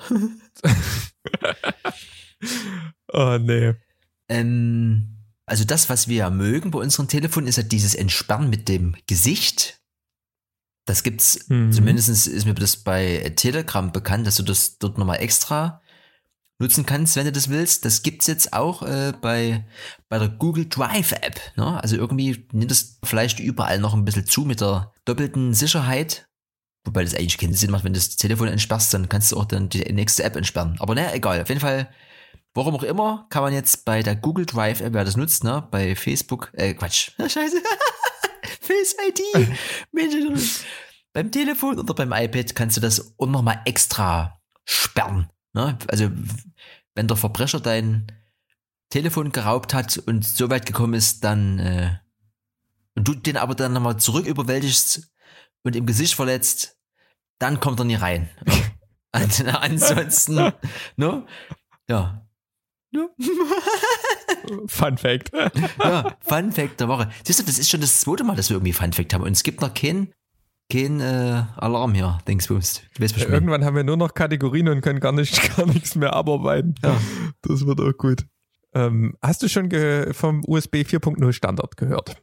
Oh, nee.
Also das, was wir ja mögen bei unseren Telefonen, ist ja dieses Entsperren mit dem Gesicht. Das gibt's, zumindest ist mir das bei Telegram bekannt, dass du das dort nochmal extra nutzen kannst, wenn du das willst. Das gibt's jetzt auch bei der Google Drive App. Ne? Also irgendwie nimmt das vielleicht überall noch ein bisschen zu mit der doppelten Sicherheit. Wobei das eigentlich keinen Sinn macht, wenn du das Telefon entsperrst, dann kannst du auch dann die nächste App entsperren. Aber naja, egal. Auf jeden Fall, warum auch immer, kann man jetzt bei der Google Drive App, wer das nutzt, ne, bei Facebook, Quatsch, scheiße, Face ID, Mensch, beim Telefon oder beim iPad kannst du das auch nochmal extra sperren. Ne? Also, wenn der Verbrecher dein Telefon geraubt hat und so weit gekommen ist, dann und du den aber dann nochmal zurück überwältigst und im Gesicht verletzt, dann kommt er nie rein. Ansonsten, ne? Ja.
Fun Fact.
Ja, Fun Fact der Woche. Siehst du, das ist schon das 2. Mal, dass wir irgendwie Fun Fact haben. Und es gibt noch kein Alarm hier, Dingsbums.
Irgendwann haben wir nur noch Kategorien und können gar nichts mehr abarbeiten. Ja. Das wird auch gut. Hast du schon vom USB 4.0 Standard gehört?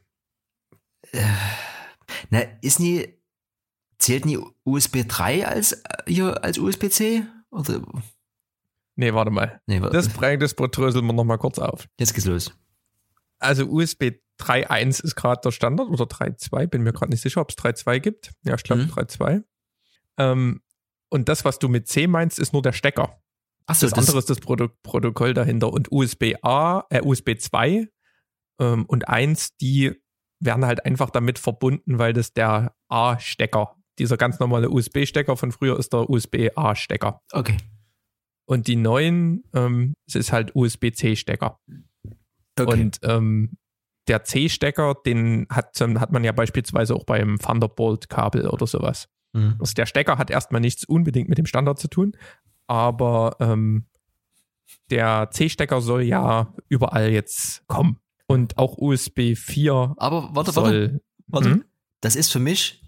Na, zählt nie USB 3 als USB-C? Oder?
Nee, warte mal. Das dröseln wir noch mal kurz auf.
Jetzt geht's los.
Also USB 3.1 ist gerade der Standard oder 3.2, bin mir gerade nicht sicher, ob es 3.2 gibt. Ja, ich glaube 3.2. Und das, was du mit C meinst, ist nur der Stecker.
Achso,
das andere ist das Protokoll dahinter. Und USB 2 und 1, die werden halt einfach damit verbunden, weil das der A-Stecker, dieser ganz normale USB-Stecker von früher ist der USB-A-Stecker.
Okay.
Und die neuen, es ist halt USB-C-Stecker.
Okay.
Und der C-Stecker, den hat man ja beispielsweise auch beim Thunderbolt-Kabel oder sowas. Also der Stecker hat erstmal nichts unbedingt mit dem Standard zu tun, aber der C-Stecker soll ja überall jetzt kommen. Und auch USB 4
Aber warte.
Hm?
Das ist für mich...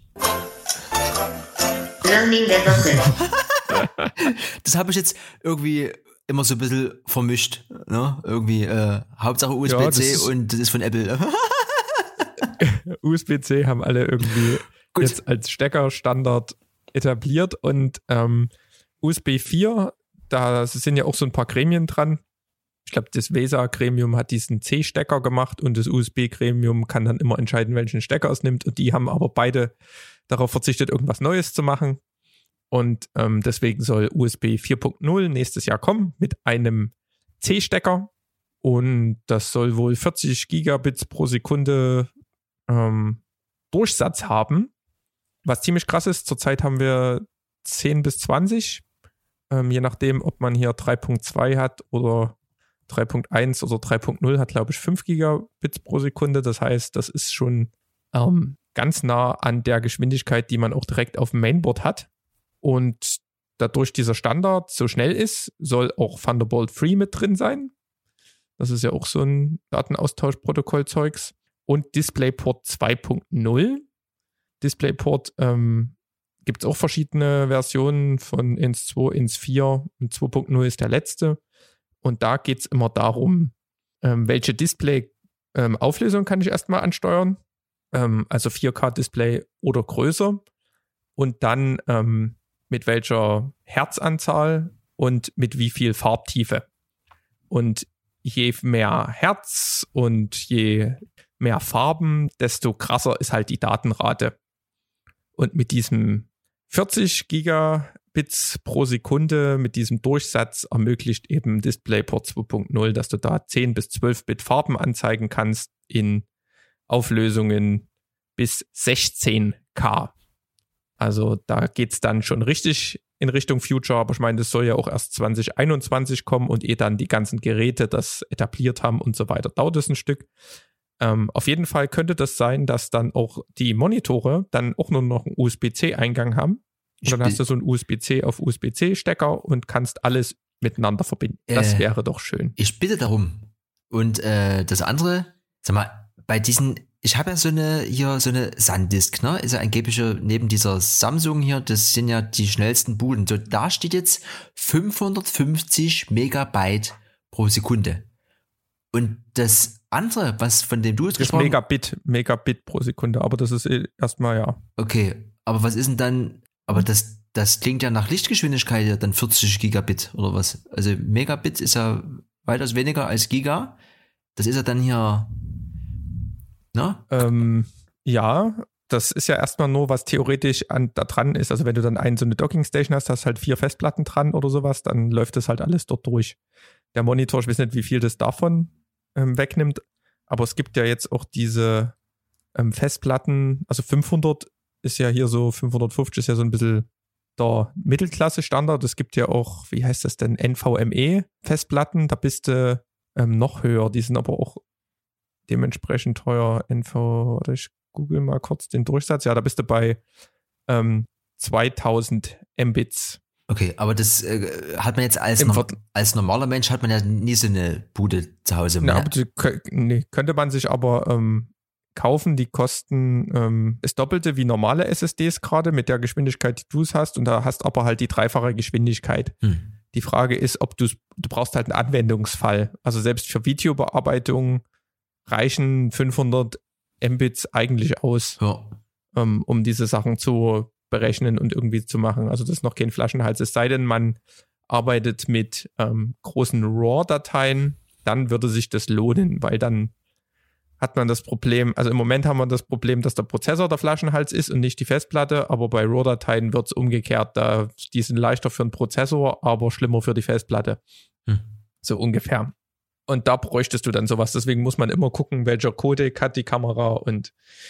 Learning der Woche.
Das habe ich jetzt irgendwie immer so ein bisschen vermischt. Ne? Irgendwie Hauptsache USB-C und das ist von Apple.
USB-C haben alle irgendwie jetzt als Steckerstandard etabliert und USB 4, da sind ja auch so ein paar Gremien dran. Ich glaube, das VESA-Gremium hat diesen C-Stecker gemacht und das USB-Gremium kann dann immer entscheiden, welchen Stecker es nimmt. Und die haben aber beide darauf verzichtet, irgendwas Neues zu machen. Und deswegen soll USB 4.0 nächstes Jahr kommen mit einem C-Stecker. Und das soll wohl 40 Gigabits pro Sekunde Durchsatz haben. Was ziemlich krass ist, zurzeit haben wir 10 bis 20. Je nachdem, ob man hier 3.2 hat oder 3.1 oder 3.0 hat, glaube ich, 5 Gigabits pro Sekunde. Das heißt, das ist schon ganz nah an der Geschwindigkeit, die man auch direkt auf dem Mainboard hat. Und dadurch dieser Standard so schnell ist, soll auch Thunderbolt 3 mit drin sein. Das ist ja auch so ein Datenaustauschprotokoll-Zeugs. Und DisplayPort 2.0. DisplayPort gibt es auch verschiedene Versionen von Ins 2, Ins 4 und 2.0 ist der letzte. Und da geht es immer darum, welche Display-Auflösung kann ich erstmal ansteuern. Also 4K-Display oder größer. Und dann mit welcher Herzanzahl und mit wie viel Farbtiefe. Und je mehr Herz und je mehr Farben, desto krasser ist halt die Datenrate. Und mit diesem 40 Gigabits pro Sekunde, mit diesem Durchsatz ermöglicht eben DisplayPort 2.0, dass du da 10 bis 12 Bit Farben anzeigen kannst in Auflösungen bis 16K. Also da geht's dann schon richtig in Richtung Future, aber ich meine, das soll ja auch erst 2021 kommen und dann die ganzen Geräte das etabliert haben und so weiter, dauert es ein Stück. Auf jeden Fall könnte das sein, dass dann auch die Monitore dann auch nur noch einen USB-C-Eingang haben. Und dann hast du so einen USB-C auf USB-C-Stecker und kannst alles miteinander verbinden. Das wäre doch schön.
Ich bitte darum. Und das andere, sag mal, bei diesen, ich habe ja so eine SanDisk, ne? Ist ja angeblich neben dieser Samsung hier, das sind ja die schnellsten Buden. So, da steht jetzt 550 Megabyte pro Sekunde. Und das andere, was von dem du jetzt gesprochen
hast. Megabit pro Sekunde, aber das ist erstmal ja.
Okay, aber was ist denn dann, aber das klingt ja nach Lichtgeschwindigkeit ja dann 40 Gigabit oder was? Also Megabit ist ja weitaus weniger als Giga. Das ist ja dann hier, ne?
Ja, das ist ja erstmal nur, was theoretisch da dran ist. Also wenn du dann so eine Dockingstation hast halt 4 Festplatten dran oder sowas, dann läuft das halt alles dort durch. Der Monitor, ich weiß nicht, wie viel das davon wegnimmt, aber es gibt ja jetzt auch diese Festplatten, also 500 ist ja hier so, 550 ist ja so ein bisschen der Mittelklasse-Standard. Es gibt ja auch, wie heißt das denn, NVMe-Festplatten, da bist du noch höher, die sind aber auch dementsprechend teuer. Oder ich google mal kurz den Durchsatz, ja, da bist du bei 2000 Mbits.
Okay, aber das hat man jetzt als normaler Mensch hat man ja nie so eine Bude zu Hause.
Ja, aber könnte man sich aber kaufen, die kosten das Doppelte wie normale SSDs gerade mit der Geschwindigkeit, die du es hast, und da hast aber halt die dreifache Geschwindigkeit. Die Frage ist, ob du brauchst halt einen Anwendungsfall. Also selbst für Videobearbeitung reichen 500 Mbits eigentlich aus, um diese Sachen zu berechnen und irgendwie zu machen. Also das ist noch kein Flaschenhals. Es sei denn, man arbeitet mit großen RAW-Dateien, dann würde sich das lohnen, weil dann hat man das Problem, also im Moment haben wir das Problem, dass der Prozessor der Flaschenhals ist und nicht die Festplatte, aber bei RAW-Dateien wird es umgekehrt, die sind leichter für den Prozessor, aber schlimmer für die Festplatte. So ungefähr. Und da bräuchtest du dann sowas, deswegen muss man immer gucken, welcher Codec hat die Kamera und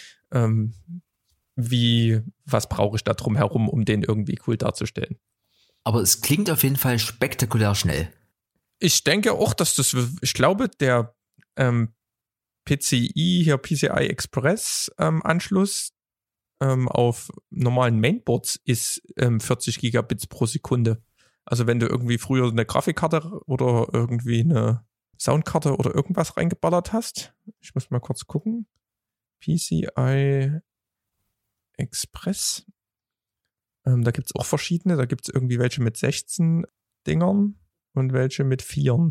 was brauche ich da drum herum, um den irgendwie cool darzustellen.
Aber es klingt auf jeden Fall spektakulär schnell.
Ich denke auch, ich glaube, der PCI Express Anschluss auf normalen Mainboards ist 40 Gigabits pro Sekunde. Also wenn du irgendwie früher eine Grafikkarte oder irgendwie eine Soundkarte oder irgendwas reingeballert hast. Ich muss mal kurz gucken. PCI Express. Da gibt es auch verschiedene. Da gibt es irgendwie welche mit 16 Dingern und welche mit 4.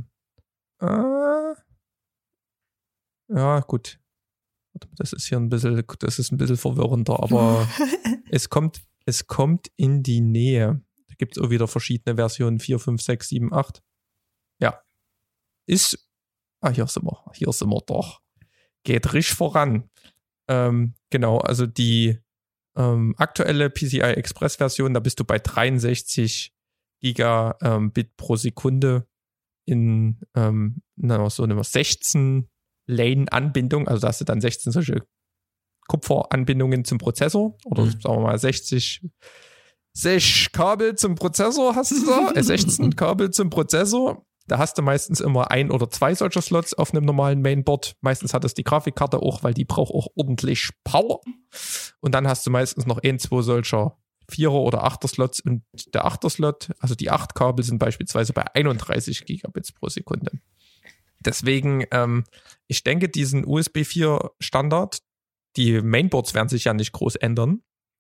Ja, gut. Das ist hier ein bisschen verwirrender, aber es kommt in die Nähe. Da gibt es auch wieder verschiedene Versionen, 4, 5, 6, 7, 8. Ja. Hier sind wir doch. Geht richtig voran. Genau, also die aktuelle PCI Express Version, da bist du bei 63 Gigabit pro Sekunde in so einer 16 Lane-Anbindung, also da hast du dann 16 solche Kupferanbindungen zum Prozessor oder sagen wir mal 60 Kabel zum Prozessor hast du da, 16 Kabel zum Prozessor. Da hast du meistens immer 1 oder 2 solcher Slots auf einem normalen Mainboard. Meistens hat es die Grafikkarte auch, weil die braucht auch ordentlich Power. Und dann hast du meistens noch 1, 2 solcher 4er oder 8er Slots und der 8er Slot, also die 8 Kabel sind beispielsweise bei 31 Gigabits pro Sekunde. Deswegen, ich denke, diesen USB 4 Standard, die Mainboards werden sich ja nicht groß ändern,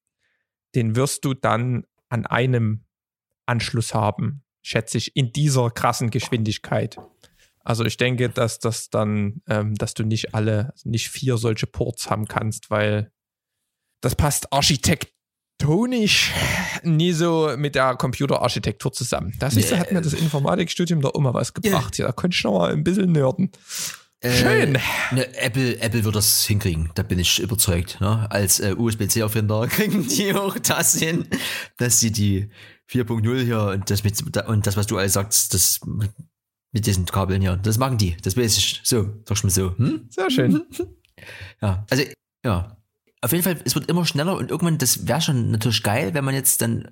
den wirst du dann an einem Anschluss haben, schätze ich, in dieser krassen Geschwindigkeit. Also ich denke, dass das dann, dass du nicht 4 solche Ports haben kannst, weil das passt architektonisch nie so mit der Computerarchitektur zusammen. Das hat mir das Informatikstudium da immer was gebracht. Ja, da konnte ich noch mal ein bisschen nerden. Schön.
Apple wird das hinkriegen, da bin ich überzeugt. Ne? Als USB-C-Erfinder kriegen die auch das hin, dass sie die 4.0 hier und das, was du alles sagst, das mit diesen Kabeln hier, das machen die. Das weiß ich. So, sag ich mal so.
Sehr schön.
Ja, also, ja. Auf jeden Fall, es wird immer schneller und irgendwann, das wäre schon natürlich geil, wenn man jetzt dann,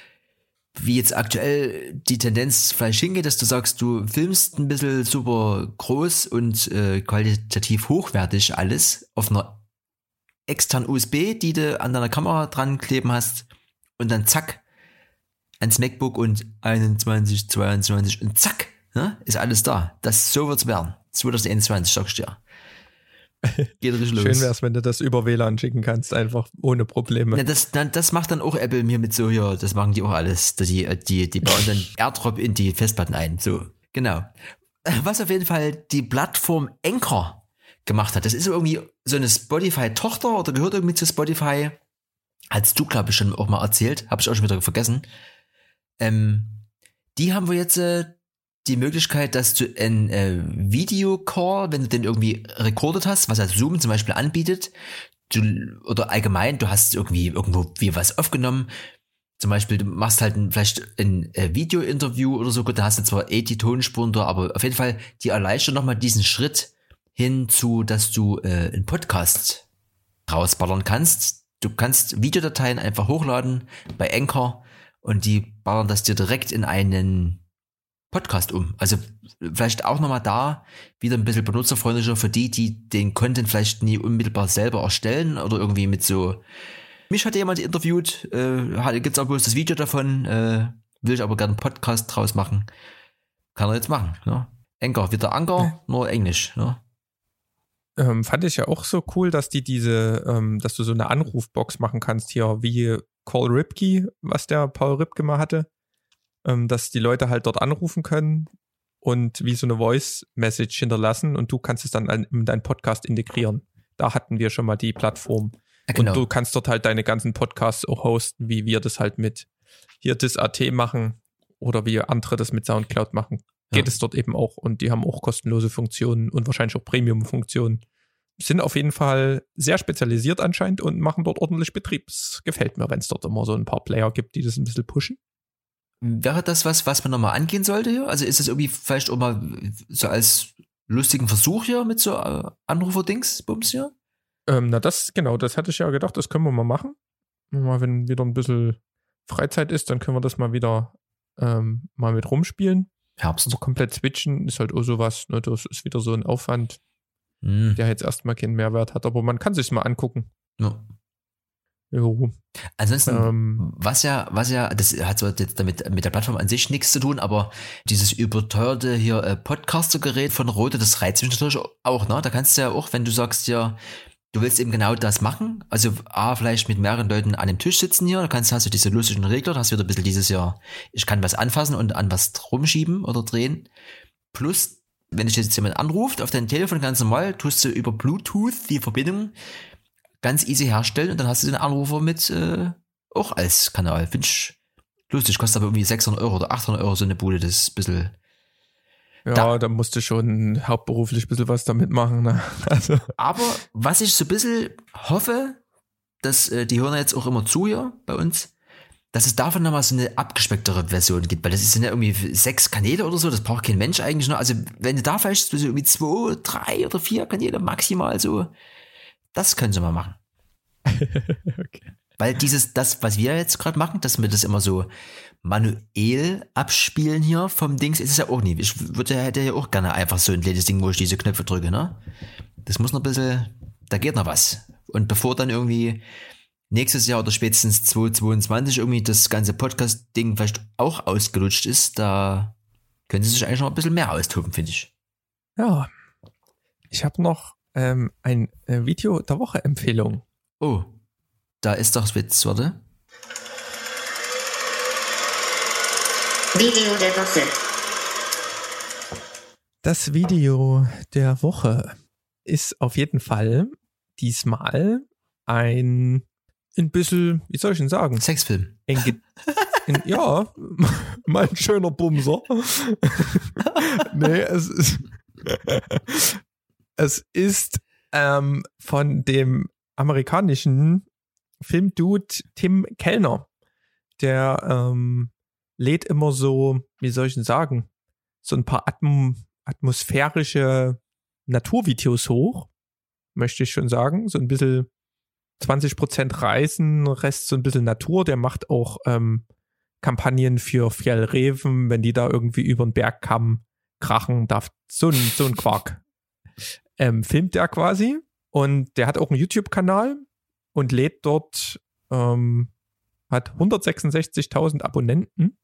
wie jetzt aktuell die Tendenz vielleicht hingeht, dass du sagst, du filmst ein bisschen super groß und qualitativ hochwertig alles auf einer externen USB, die du an deiner Kamera dran kleben hast und dann zack, ans MacBook und 21, 22 und zack, ne, ist alles da. So wird's werden. 2021, sag ich dir. Geht richtig los.
Schön wär's, wenn du das über WLAN schicken kannst, einfach ohne Probleme.
Ja, das macht dann auch Apple mir mit so, ja, das machen die auch alles. Die bauen dann AirDrop in die Festplatten ein. So, genau. Was auf jeden Fall die Plattform Anchor gemacht hat, das ist irgendwie so eine Spotify-Tochter oder gehört irgendwie zu Spotify. Hast du, glaube ich, schon auch mal erzählt. Habe ich auch schon wieder vergessen. Die haben wir jetzt die Möglichkeit, dass du ein Videocall, wenn du den irgendwie recordet hast, was halt Zoom zum Beispiel anbietet, oder allgemein, du hast irgendwo wie was aufgenommen, zum Beispiel, du machst halt vielleicht ein Video-Interview oder so, da hast du zwar die Tonspuren da, aber auf jeden Fall, die erleichtern nochmal diesen Schritt hin zu, dass du einen Podcast rausballern kannst. Du kannst Videodateien einfach hochladen bei Anchor und die ballern das dir direkt in einen Podcast um. Also vielleicht auch nochmal da wieder ein bisschen benutzerfreundlicher für die den Content vielleicht nie unmittelbar selber erstellen oder irgendwie mit so, mich hat jemand interviewt, gibt's auch bloß das Video davon, will ich aber gerne einen Podcast draus machen. Kann er jetzt machen. Ne? Anchor, wieder Anchor, nur Englisch. Ne?
Fand ich ja auch so cool, dass dass du so eine Anrufbox machen kannst hier, wie Call Ripke, was der Paul Ripke mal hatte. Dass die Leute halt dort anrufen können und wie so eine Voice-Message hinterlassen und du kannst es dann in deinen Podcast integrieren. Da hatten wir schon mal die Plattform. Ja, genau. Und du kannst dort halt deine ganzen Podcasts auch hosten, wie wir das halt mit hier das.at machen oder wie andere das mit Soundcloud machen. Geht es dort eben auch und die haben auch kostenlose Funktionen und wahrscheinlich auch Premium-Funktionen. sind auf jeden Fall sehr spezialisiert anscheinend und machen dort ordentlich Betrieb. Es gefällt mir, wenn es dort immer so ein paar Player gibt, die das ein bisschen pushen.
Wäre das was man nochmal angehen sollte hier? Also ist es irgendwie vielleicht auch mal so als lustigen Versuch hier mit so Anrufer-Dings-Bums hier?
Das hatte ich ja gedacht, das können wir mal machen. Mal, wenn wieder ein bisschen Freizeit ist, dann können wir das mal wieder mal mit rumspielen.
Herbst.
Aber komplett switchen ist halt auch sowas, ne? Das ist wieder so ein Aufwand, der jetzt erstmal keinen Mehrwert hat, aber man kann sich's mal angucken.
Ja.
Jo.
Ansonsten, was ja, das hat so jetzt damit mit der Plattform an sich nichts zu tun, aber dieses überteuerte hier Podcaster-Gerät von Rode, das reizt mich natürlich auch, ne? Da kannst du ja auch, wenn du sagst, ja, du willst eben genau das machen, also vielleicht mit mehreren Leuten an dem Tisch sitzen hier, hast du diese lustigen Regler, da hast du wieder ein bisschen dieses Jahr, ich kann was anfassen und an was rumschieben oder drehen. Plus, wenn dich jetzt jemand anruft, auf dein Telefon ganz normal, tust du über Bluetooth die Verbindung ganz easy herstellen und dann hast du den Anrufer mit auch als Kanal. Finde ich lustig, kostet aber irgendwie 600 Euro oder 800 Euro so eine Bude, das ist ein bisschen...
Ja, da musst du schon hauptberuflich ein bisschen was damit machen. Ne? Also.
Aber was ich so ein bisschen hoffe, dass die hören jetzt auch immer zu hier bei uns, dass es davon nochmal so eine abgespecktere Version gibt, weil das sind ja irgendwie 6 Kanäle oder so, das braucht kein Mensch eigentlich noch. Also wenn du da vielleicht so irgendwie 2, 3 oder 4 Kanäle maximal so, das können sie mal machen.
Okay.
Weil das, was wir jetzt gerade machen, dass wir das immer so manuell abspielen hier vom Dings, ist es ja auch nie. Ich hätte ja auch gerne einfach so ein kleines Ding, wo ich diese Knöpfe drücke, ne? Das muss noch ein bisschen, da geht noch was. Und bevor dann irgendwie nächstes Jahr oder spätestens 2022 irgendwie das ganze Podcast-Ding vielleicht auch ausgelutscht ist, da können sie sich eigentlich noch ein bisschen mehr austoben, finde ich.
Ja. Ich habe noch ein Video der Woche Empfehlung.
Oh, da ist doch Witz, warte.
Video der Woche.
Das Video der Woche ist auf jeden Fall diesmal ein bisschen, wie soll ich denn sagen?
Sexfilm.
Ja, mal ein schöner Bumser. Nee, es ist von dem amerikanischen Filmdude Tim Kellner. Der lädt immer so, wie soll ich denn sagen, so ein paar atmosphärische Naturvideos hoch, möchte ich schon sagen. So ein bisschen 20% Reisen, Rest so ein bisschen Natur. Der macht auch Kampagnen für Fjällräven, wenn die da irgendwie über den Bergkamm krachen darf. So ein Quark. Filmt der quasi. Und der hat auch einen YouTube-Kanal und lädt dort, hat 166.000 Abonnenten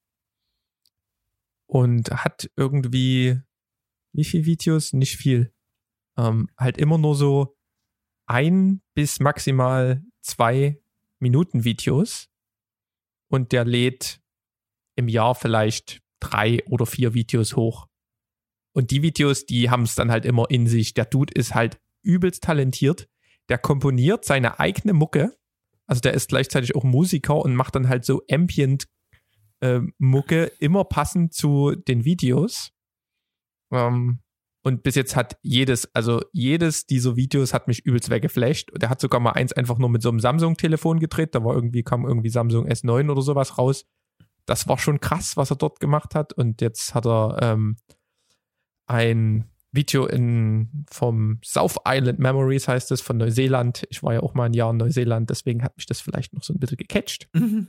und hat irgendwie, wie viele Videos? Nicht viel. Halt immer nur so 1 bis maximal 2 Minuten Videos und der lädt im Jahr vielleicht 3 oder 4 Videos hoch. Und die Videos, die haben es dann halt immer in sich. Der Dude ist halt übelst talentiert. Der komponiert seine eigene Mucke. Also der ist gleichzeitig auch Musiker und macht dann halt so Ambient-Mucke immer passend zu den Videos. Und bis jetzt hat jedes dieser Videos hat mich übelst weggeflasht. Und der hat sogar mal eins einfach nur mit so einem Samsung-Telefon gedreht. Da kam irgendwie Samsung S9 oder sowas raus. Das war schon krass, was er dort gemacht hat. Und jetzt hat er ein Video vom South Island Memories, heißt es, von Neuseeland. Ich war ja auch mal ein Jahr in Neuseeland, deswegen hat mich das vielleicht noch so ein bisschen gecatcht.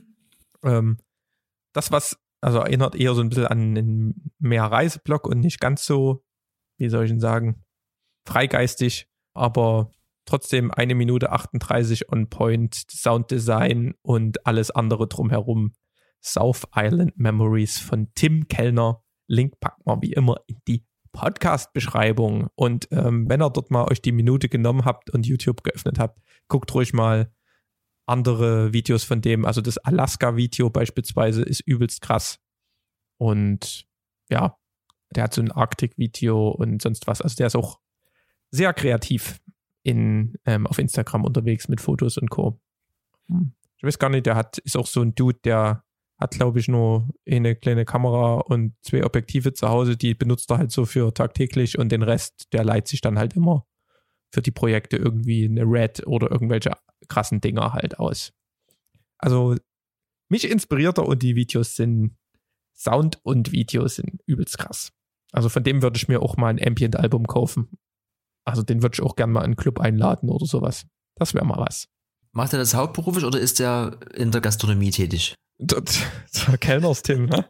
Also erinnert eher so ein bisschen an einen mehr Reiseblog und nicht ganz so, wie soll ich denn sagen, freigeistig, aber trotzdem 1 Minute 38 on point, Sounddesign und alles andere drumherum. South Island Memories von Tim Kellner. Link packen wir wie immer in die Podcast-Beschreibung. Und wenn ihr dort mal euch die Minute genommen habt und YouTube geöffnet habt, guckt ruhig mal andere Videos von dem. Also das Alaska-Video beispielsweise ist übelst krass. Und ja, der hat so ein Arktik-Video und sonst was. Also der ist auch sehr kreativ auf Instagram unterwegs mit Fotos und Co. Ich weiß gar nicht, ist auch so ein Dude, der hat, glaube ich, nur eine kleine Kamera und 2 Objektive zu Hause, die benutzt er halt so für tagtäglich und den Rest, der leiht sich dann halt immer für die Projekte irgendwie eine Red oder irgendwelche krassen Dinger halt aus. Also mich inspiriert er und die Videos sind, Sound und Videos sind übelst krass. Also von dem würde ich mir auch mal ein Ambient-Album kaufen. Also den würde ich auch gerne mal in einen Club einladen oder sowas. Das wäre mal was.
Macht er das hauptberuflich oder ist er in der Gastronomie tätig?
Der Kellners-Tim, ne?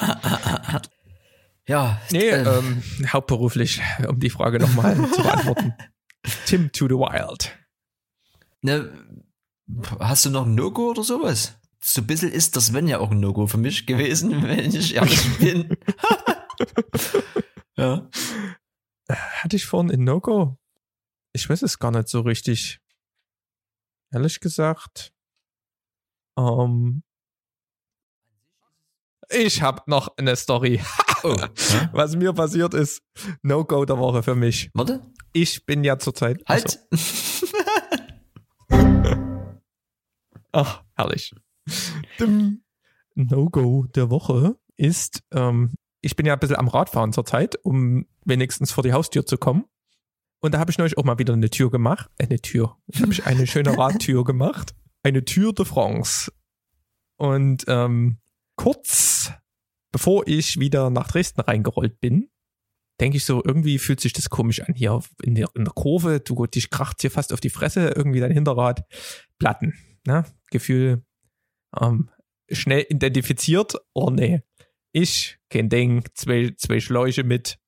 Ja.
Nee, hauptberuflich, um die Frage nochmal zu beantworten. Tim to the Wild.
Ne, hast du noch ein No-Go oder sowas? So ein bisschen ist das Sven ja auch ein No-Go für mich gewesen, wenn ich ehrlich bin. Ja.
Hatte ich vorhin ein No-Go? Ich weiß es gar nicht so richtig. Ehrlich gesagt. Ich habe noch eine Story.
Oh.
Was mir passiert ist. No-Go der Woche für mich.
Warte.
Ich bin ja zurzeit...
Halt.
Ach, herrlich. No-Go der Woche ist, ich bin ja ein bisschen am Radfahren zurzeit, um wenigstens vor die Haustür zu kommen. Und da habe ich neulich auch mal wieder eine Tür gemacht. Da habe ich eine schöne Radtür gemacht. Eine Tour de France. Und kurz bevor ich wieder nach Dresden reingerollt bin, denke ich so, irgendwie fühlt sich das komisch an. Hier in der Kurve, dich kracht hier fast auf die Fresse, irgendwie dein Hinterrad, Platten. Ne? Gefühl schnell identifiziert. Oh nee. Ich, kein Ding, zwei Schläuche mit.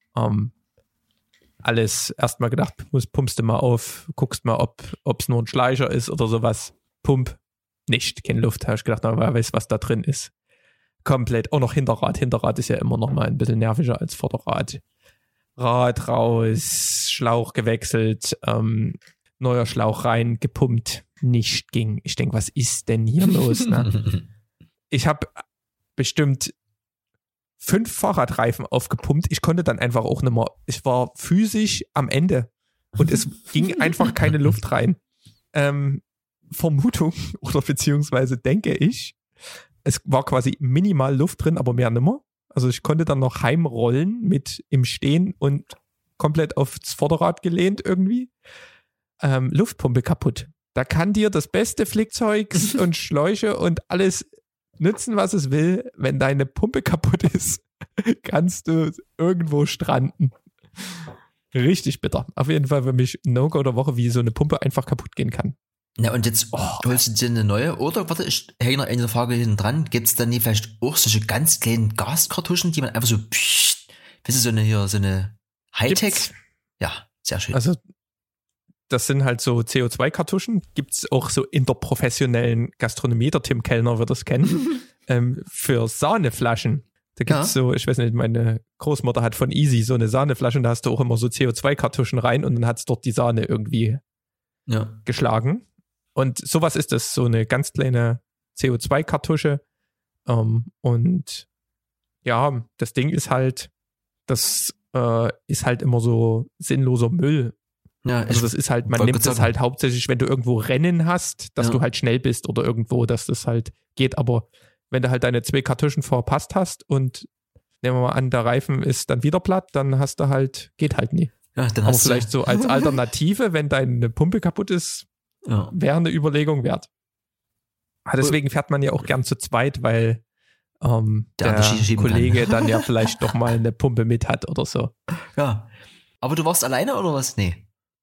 Alles erstmal gedacht, pumpst du mal auf, guckst mal, ob es nur ein Schleicher ist oder sowas. Pump, nicht, keine Luft. Habe ich gedacht, wer weiß, was da drin ist. Komplett, auch noch Hinterrad. Hinterrad ist ja immer noch mal ein bisschen nerviger als Vorderrad. Rad raus, Schlauch gewechselt, neuer Schlauch rein, gepumpt, nicht ging. Ich denke, was ist denn hier los? Ne? Ich habe bestimmt 5 Fahrradreifen aufgepumpt. Ich konnte dann einfach auch nicht mehr, ich war physisch am Ende und es ging einfach keine Luft rein. Vermutung oder beziehungsweise denke ich, es war quasi minimal Luft drin, aber mehr nimmer. Also ich konnte dann noch heimrollen mit im Stehen und komplett aufs Vorderrad gelehnt irgendwie. Luftpumpe kaputt. Da kann dir das beste Flickzeugs und Schläuche und alles nützen, was es will. Wenn deine Pumpe kaputt ist, kannst du irgendwo stranden. Richtig bitter. Auf jeden Fall für mich No-Go der Woche, wie so eine Pumpe einfach kaputt gehen kann.
Na und jetzt holst du dir eine neue oder, warte, ich hänge noch eine Frage hinten dran, gibt's dann nicht vielleicht auch solche ganz kleinen Gaskartuschen, die man einfach so, weißt du, so eine Hightech?
Gibt's.
Ja, sehr schön.
Also das sind halt so CO2-Kartuschen, gibt's auch so in der professionellen Gastronomie, der Tim Kellner wird das kennen, für Sahneflaschen. Da gibt's so, ich weiß nicht, meine Großmutter hat von Easy so eine Sahneflasche und da hast du auch immer so CO2-Kartuschen rein und dann hat's dort die Sahne irgendwie geschlagen. Und sowas ist das, so eine ganz kleine CO2-Kartusche. Und ja, das Ding ist halt, das ist halt immer so sinnloser Müll. Ja, also das ist halt, man nimmt das halt hauptsächlich, wenn du irgendwo Rennen hast, dass du halt schnell bist oder irgendwo, dass das halt geht. Aber wenn du halt deine 2 Kartuschen verpasst hast und nehmen wir mal an, der Reifen ist dann wieder platt, dann hast du halt, geht halt nie. Ja, dann aber vielleicht so als Alternative, wenn deine Pumpe kaputt ist, wäre eine Überlegung wert. Deswegen fährt man ja auch gern zu zweit, weil der Kollege dann ja vielleicht doch mal eine Pumpe mit hat oder so.
Ja. Aber du warst alleine oder was? Nee.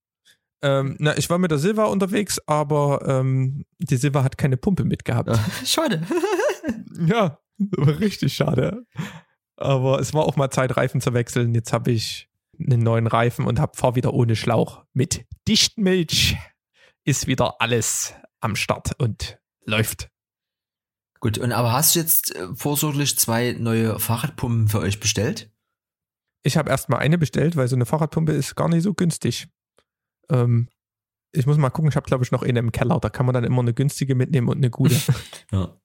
Ich war mit der Silva unterwegs, aber die Silva hat keine Pumpe mitgehabt.
Schade.
Ja, war richtig schade. Aber es war auch mal Zeit, Reifen zu wechseln. Jetzt habe ich einen neuen Reifen und fahr wieder ohne Schlauch. Mit Dichtmilch ist wieder alles am Start und läuft.
Gut, aber hast du jetzt vorsorglich 2 neue Fahrradpumpen für euch bestellt?
Ich habe erstmal eine bestellt, weil so eine Fahrradpumpe ist gar nicht so günstig. Ich muss mal gucken, ich habe glaube ich noch eine im Keller, da kann man dann immer eine günstige mitnehmen und eine gute.
Ja.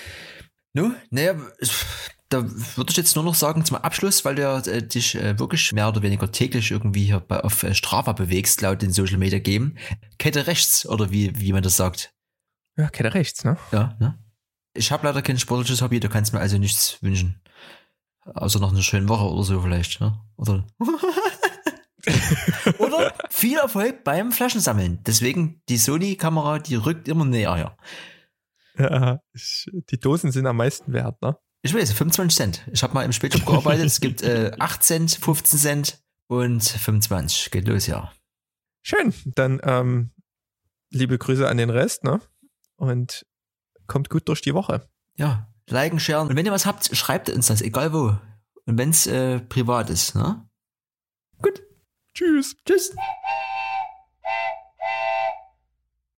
Naja, da würde ich jetzt nur noch sagen zum Abschluss, weil du dich wirklich mehr oder weniger täglich irgendwie hier auf Strava bewegst, laut den Social Media Game. Kette rechts, oder wie man das sagt.
Ja, Kette rechts, ne?
Ja, ne? Ich habe leider kein sportliches Hobby, du kannst mir also nichts wünschen. Außer noch eine schöne Woche oder so vielleicht, ne? Oder viel Erfolg beim Flaschensammeln. Deswegen die Sony-Kamera, die rückt immer näher her.
Ja, die Dosen sind am meisten wert, ne?
Ich weiß, 25 Cent. Ich habe mal im Spätshop gearbeitet. Es gibt 8 Cent, 15 Cent und 25. Geht los, ja.
Schön. Dann liebe Grüße an den Rest, ne? Und kommt gut durch die Woche.
Ja, liken, sharen. Und wenn ihr was habt, schreibt uns das, egal wo. Und wenn es privat ist, ne? Gut.
Tschüss.
Tschüss.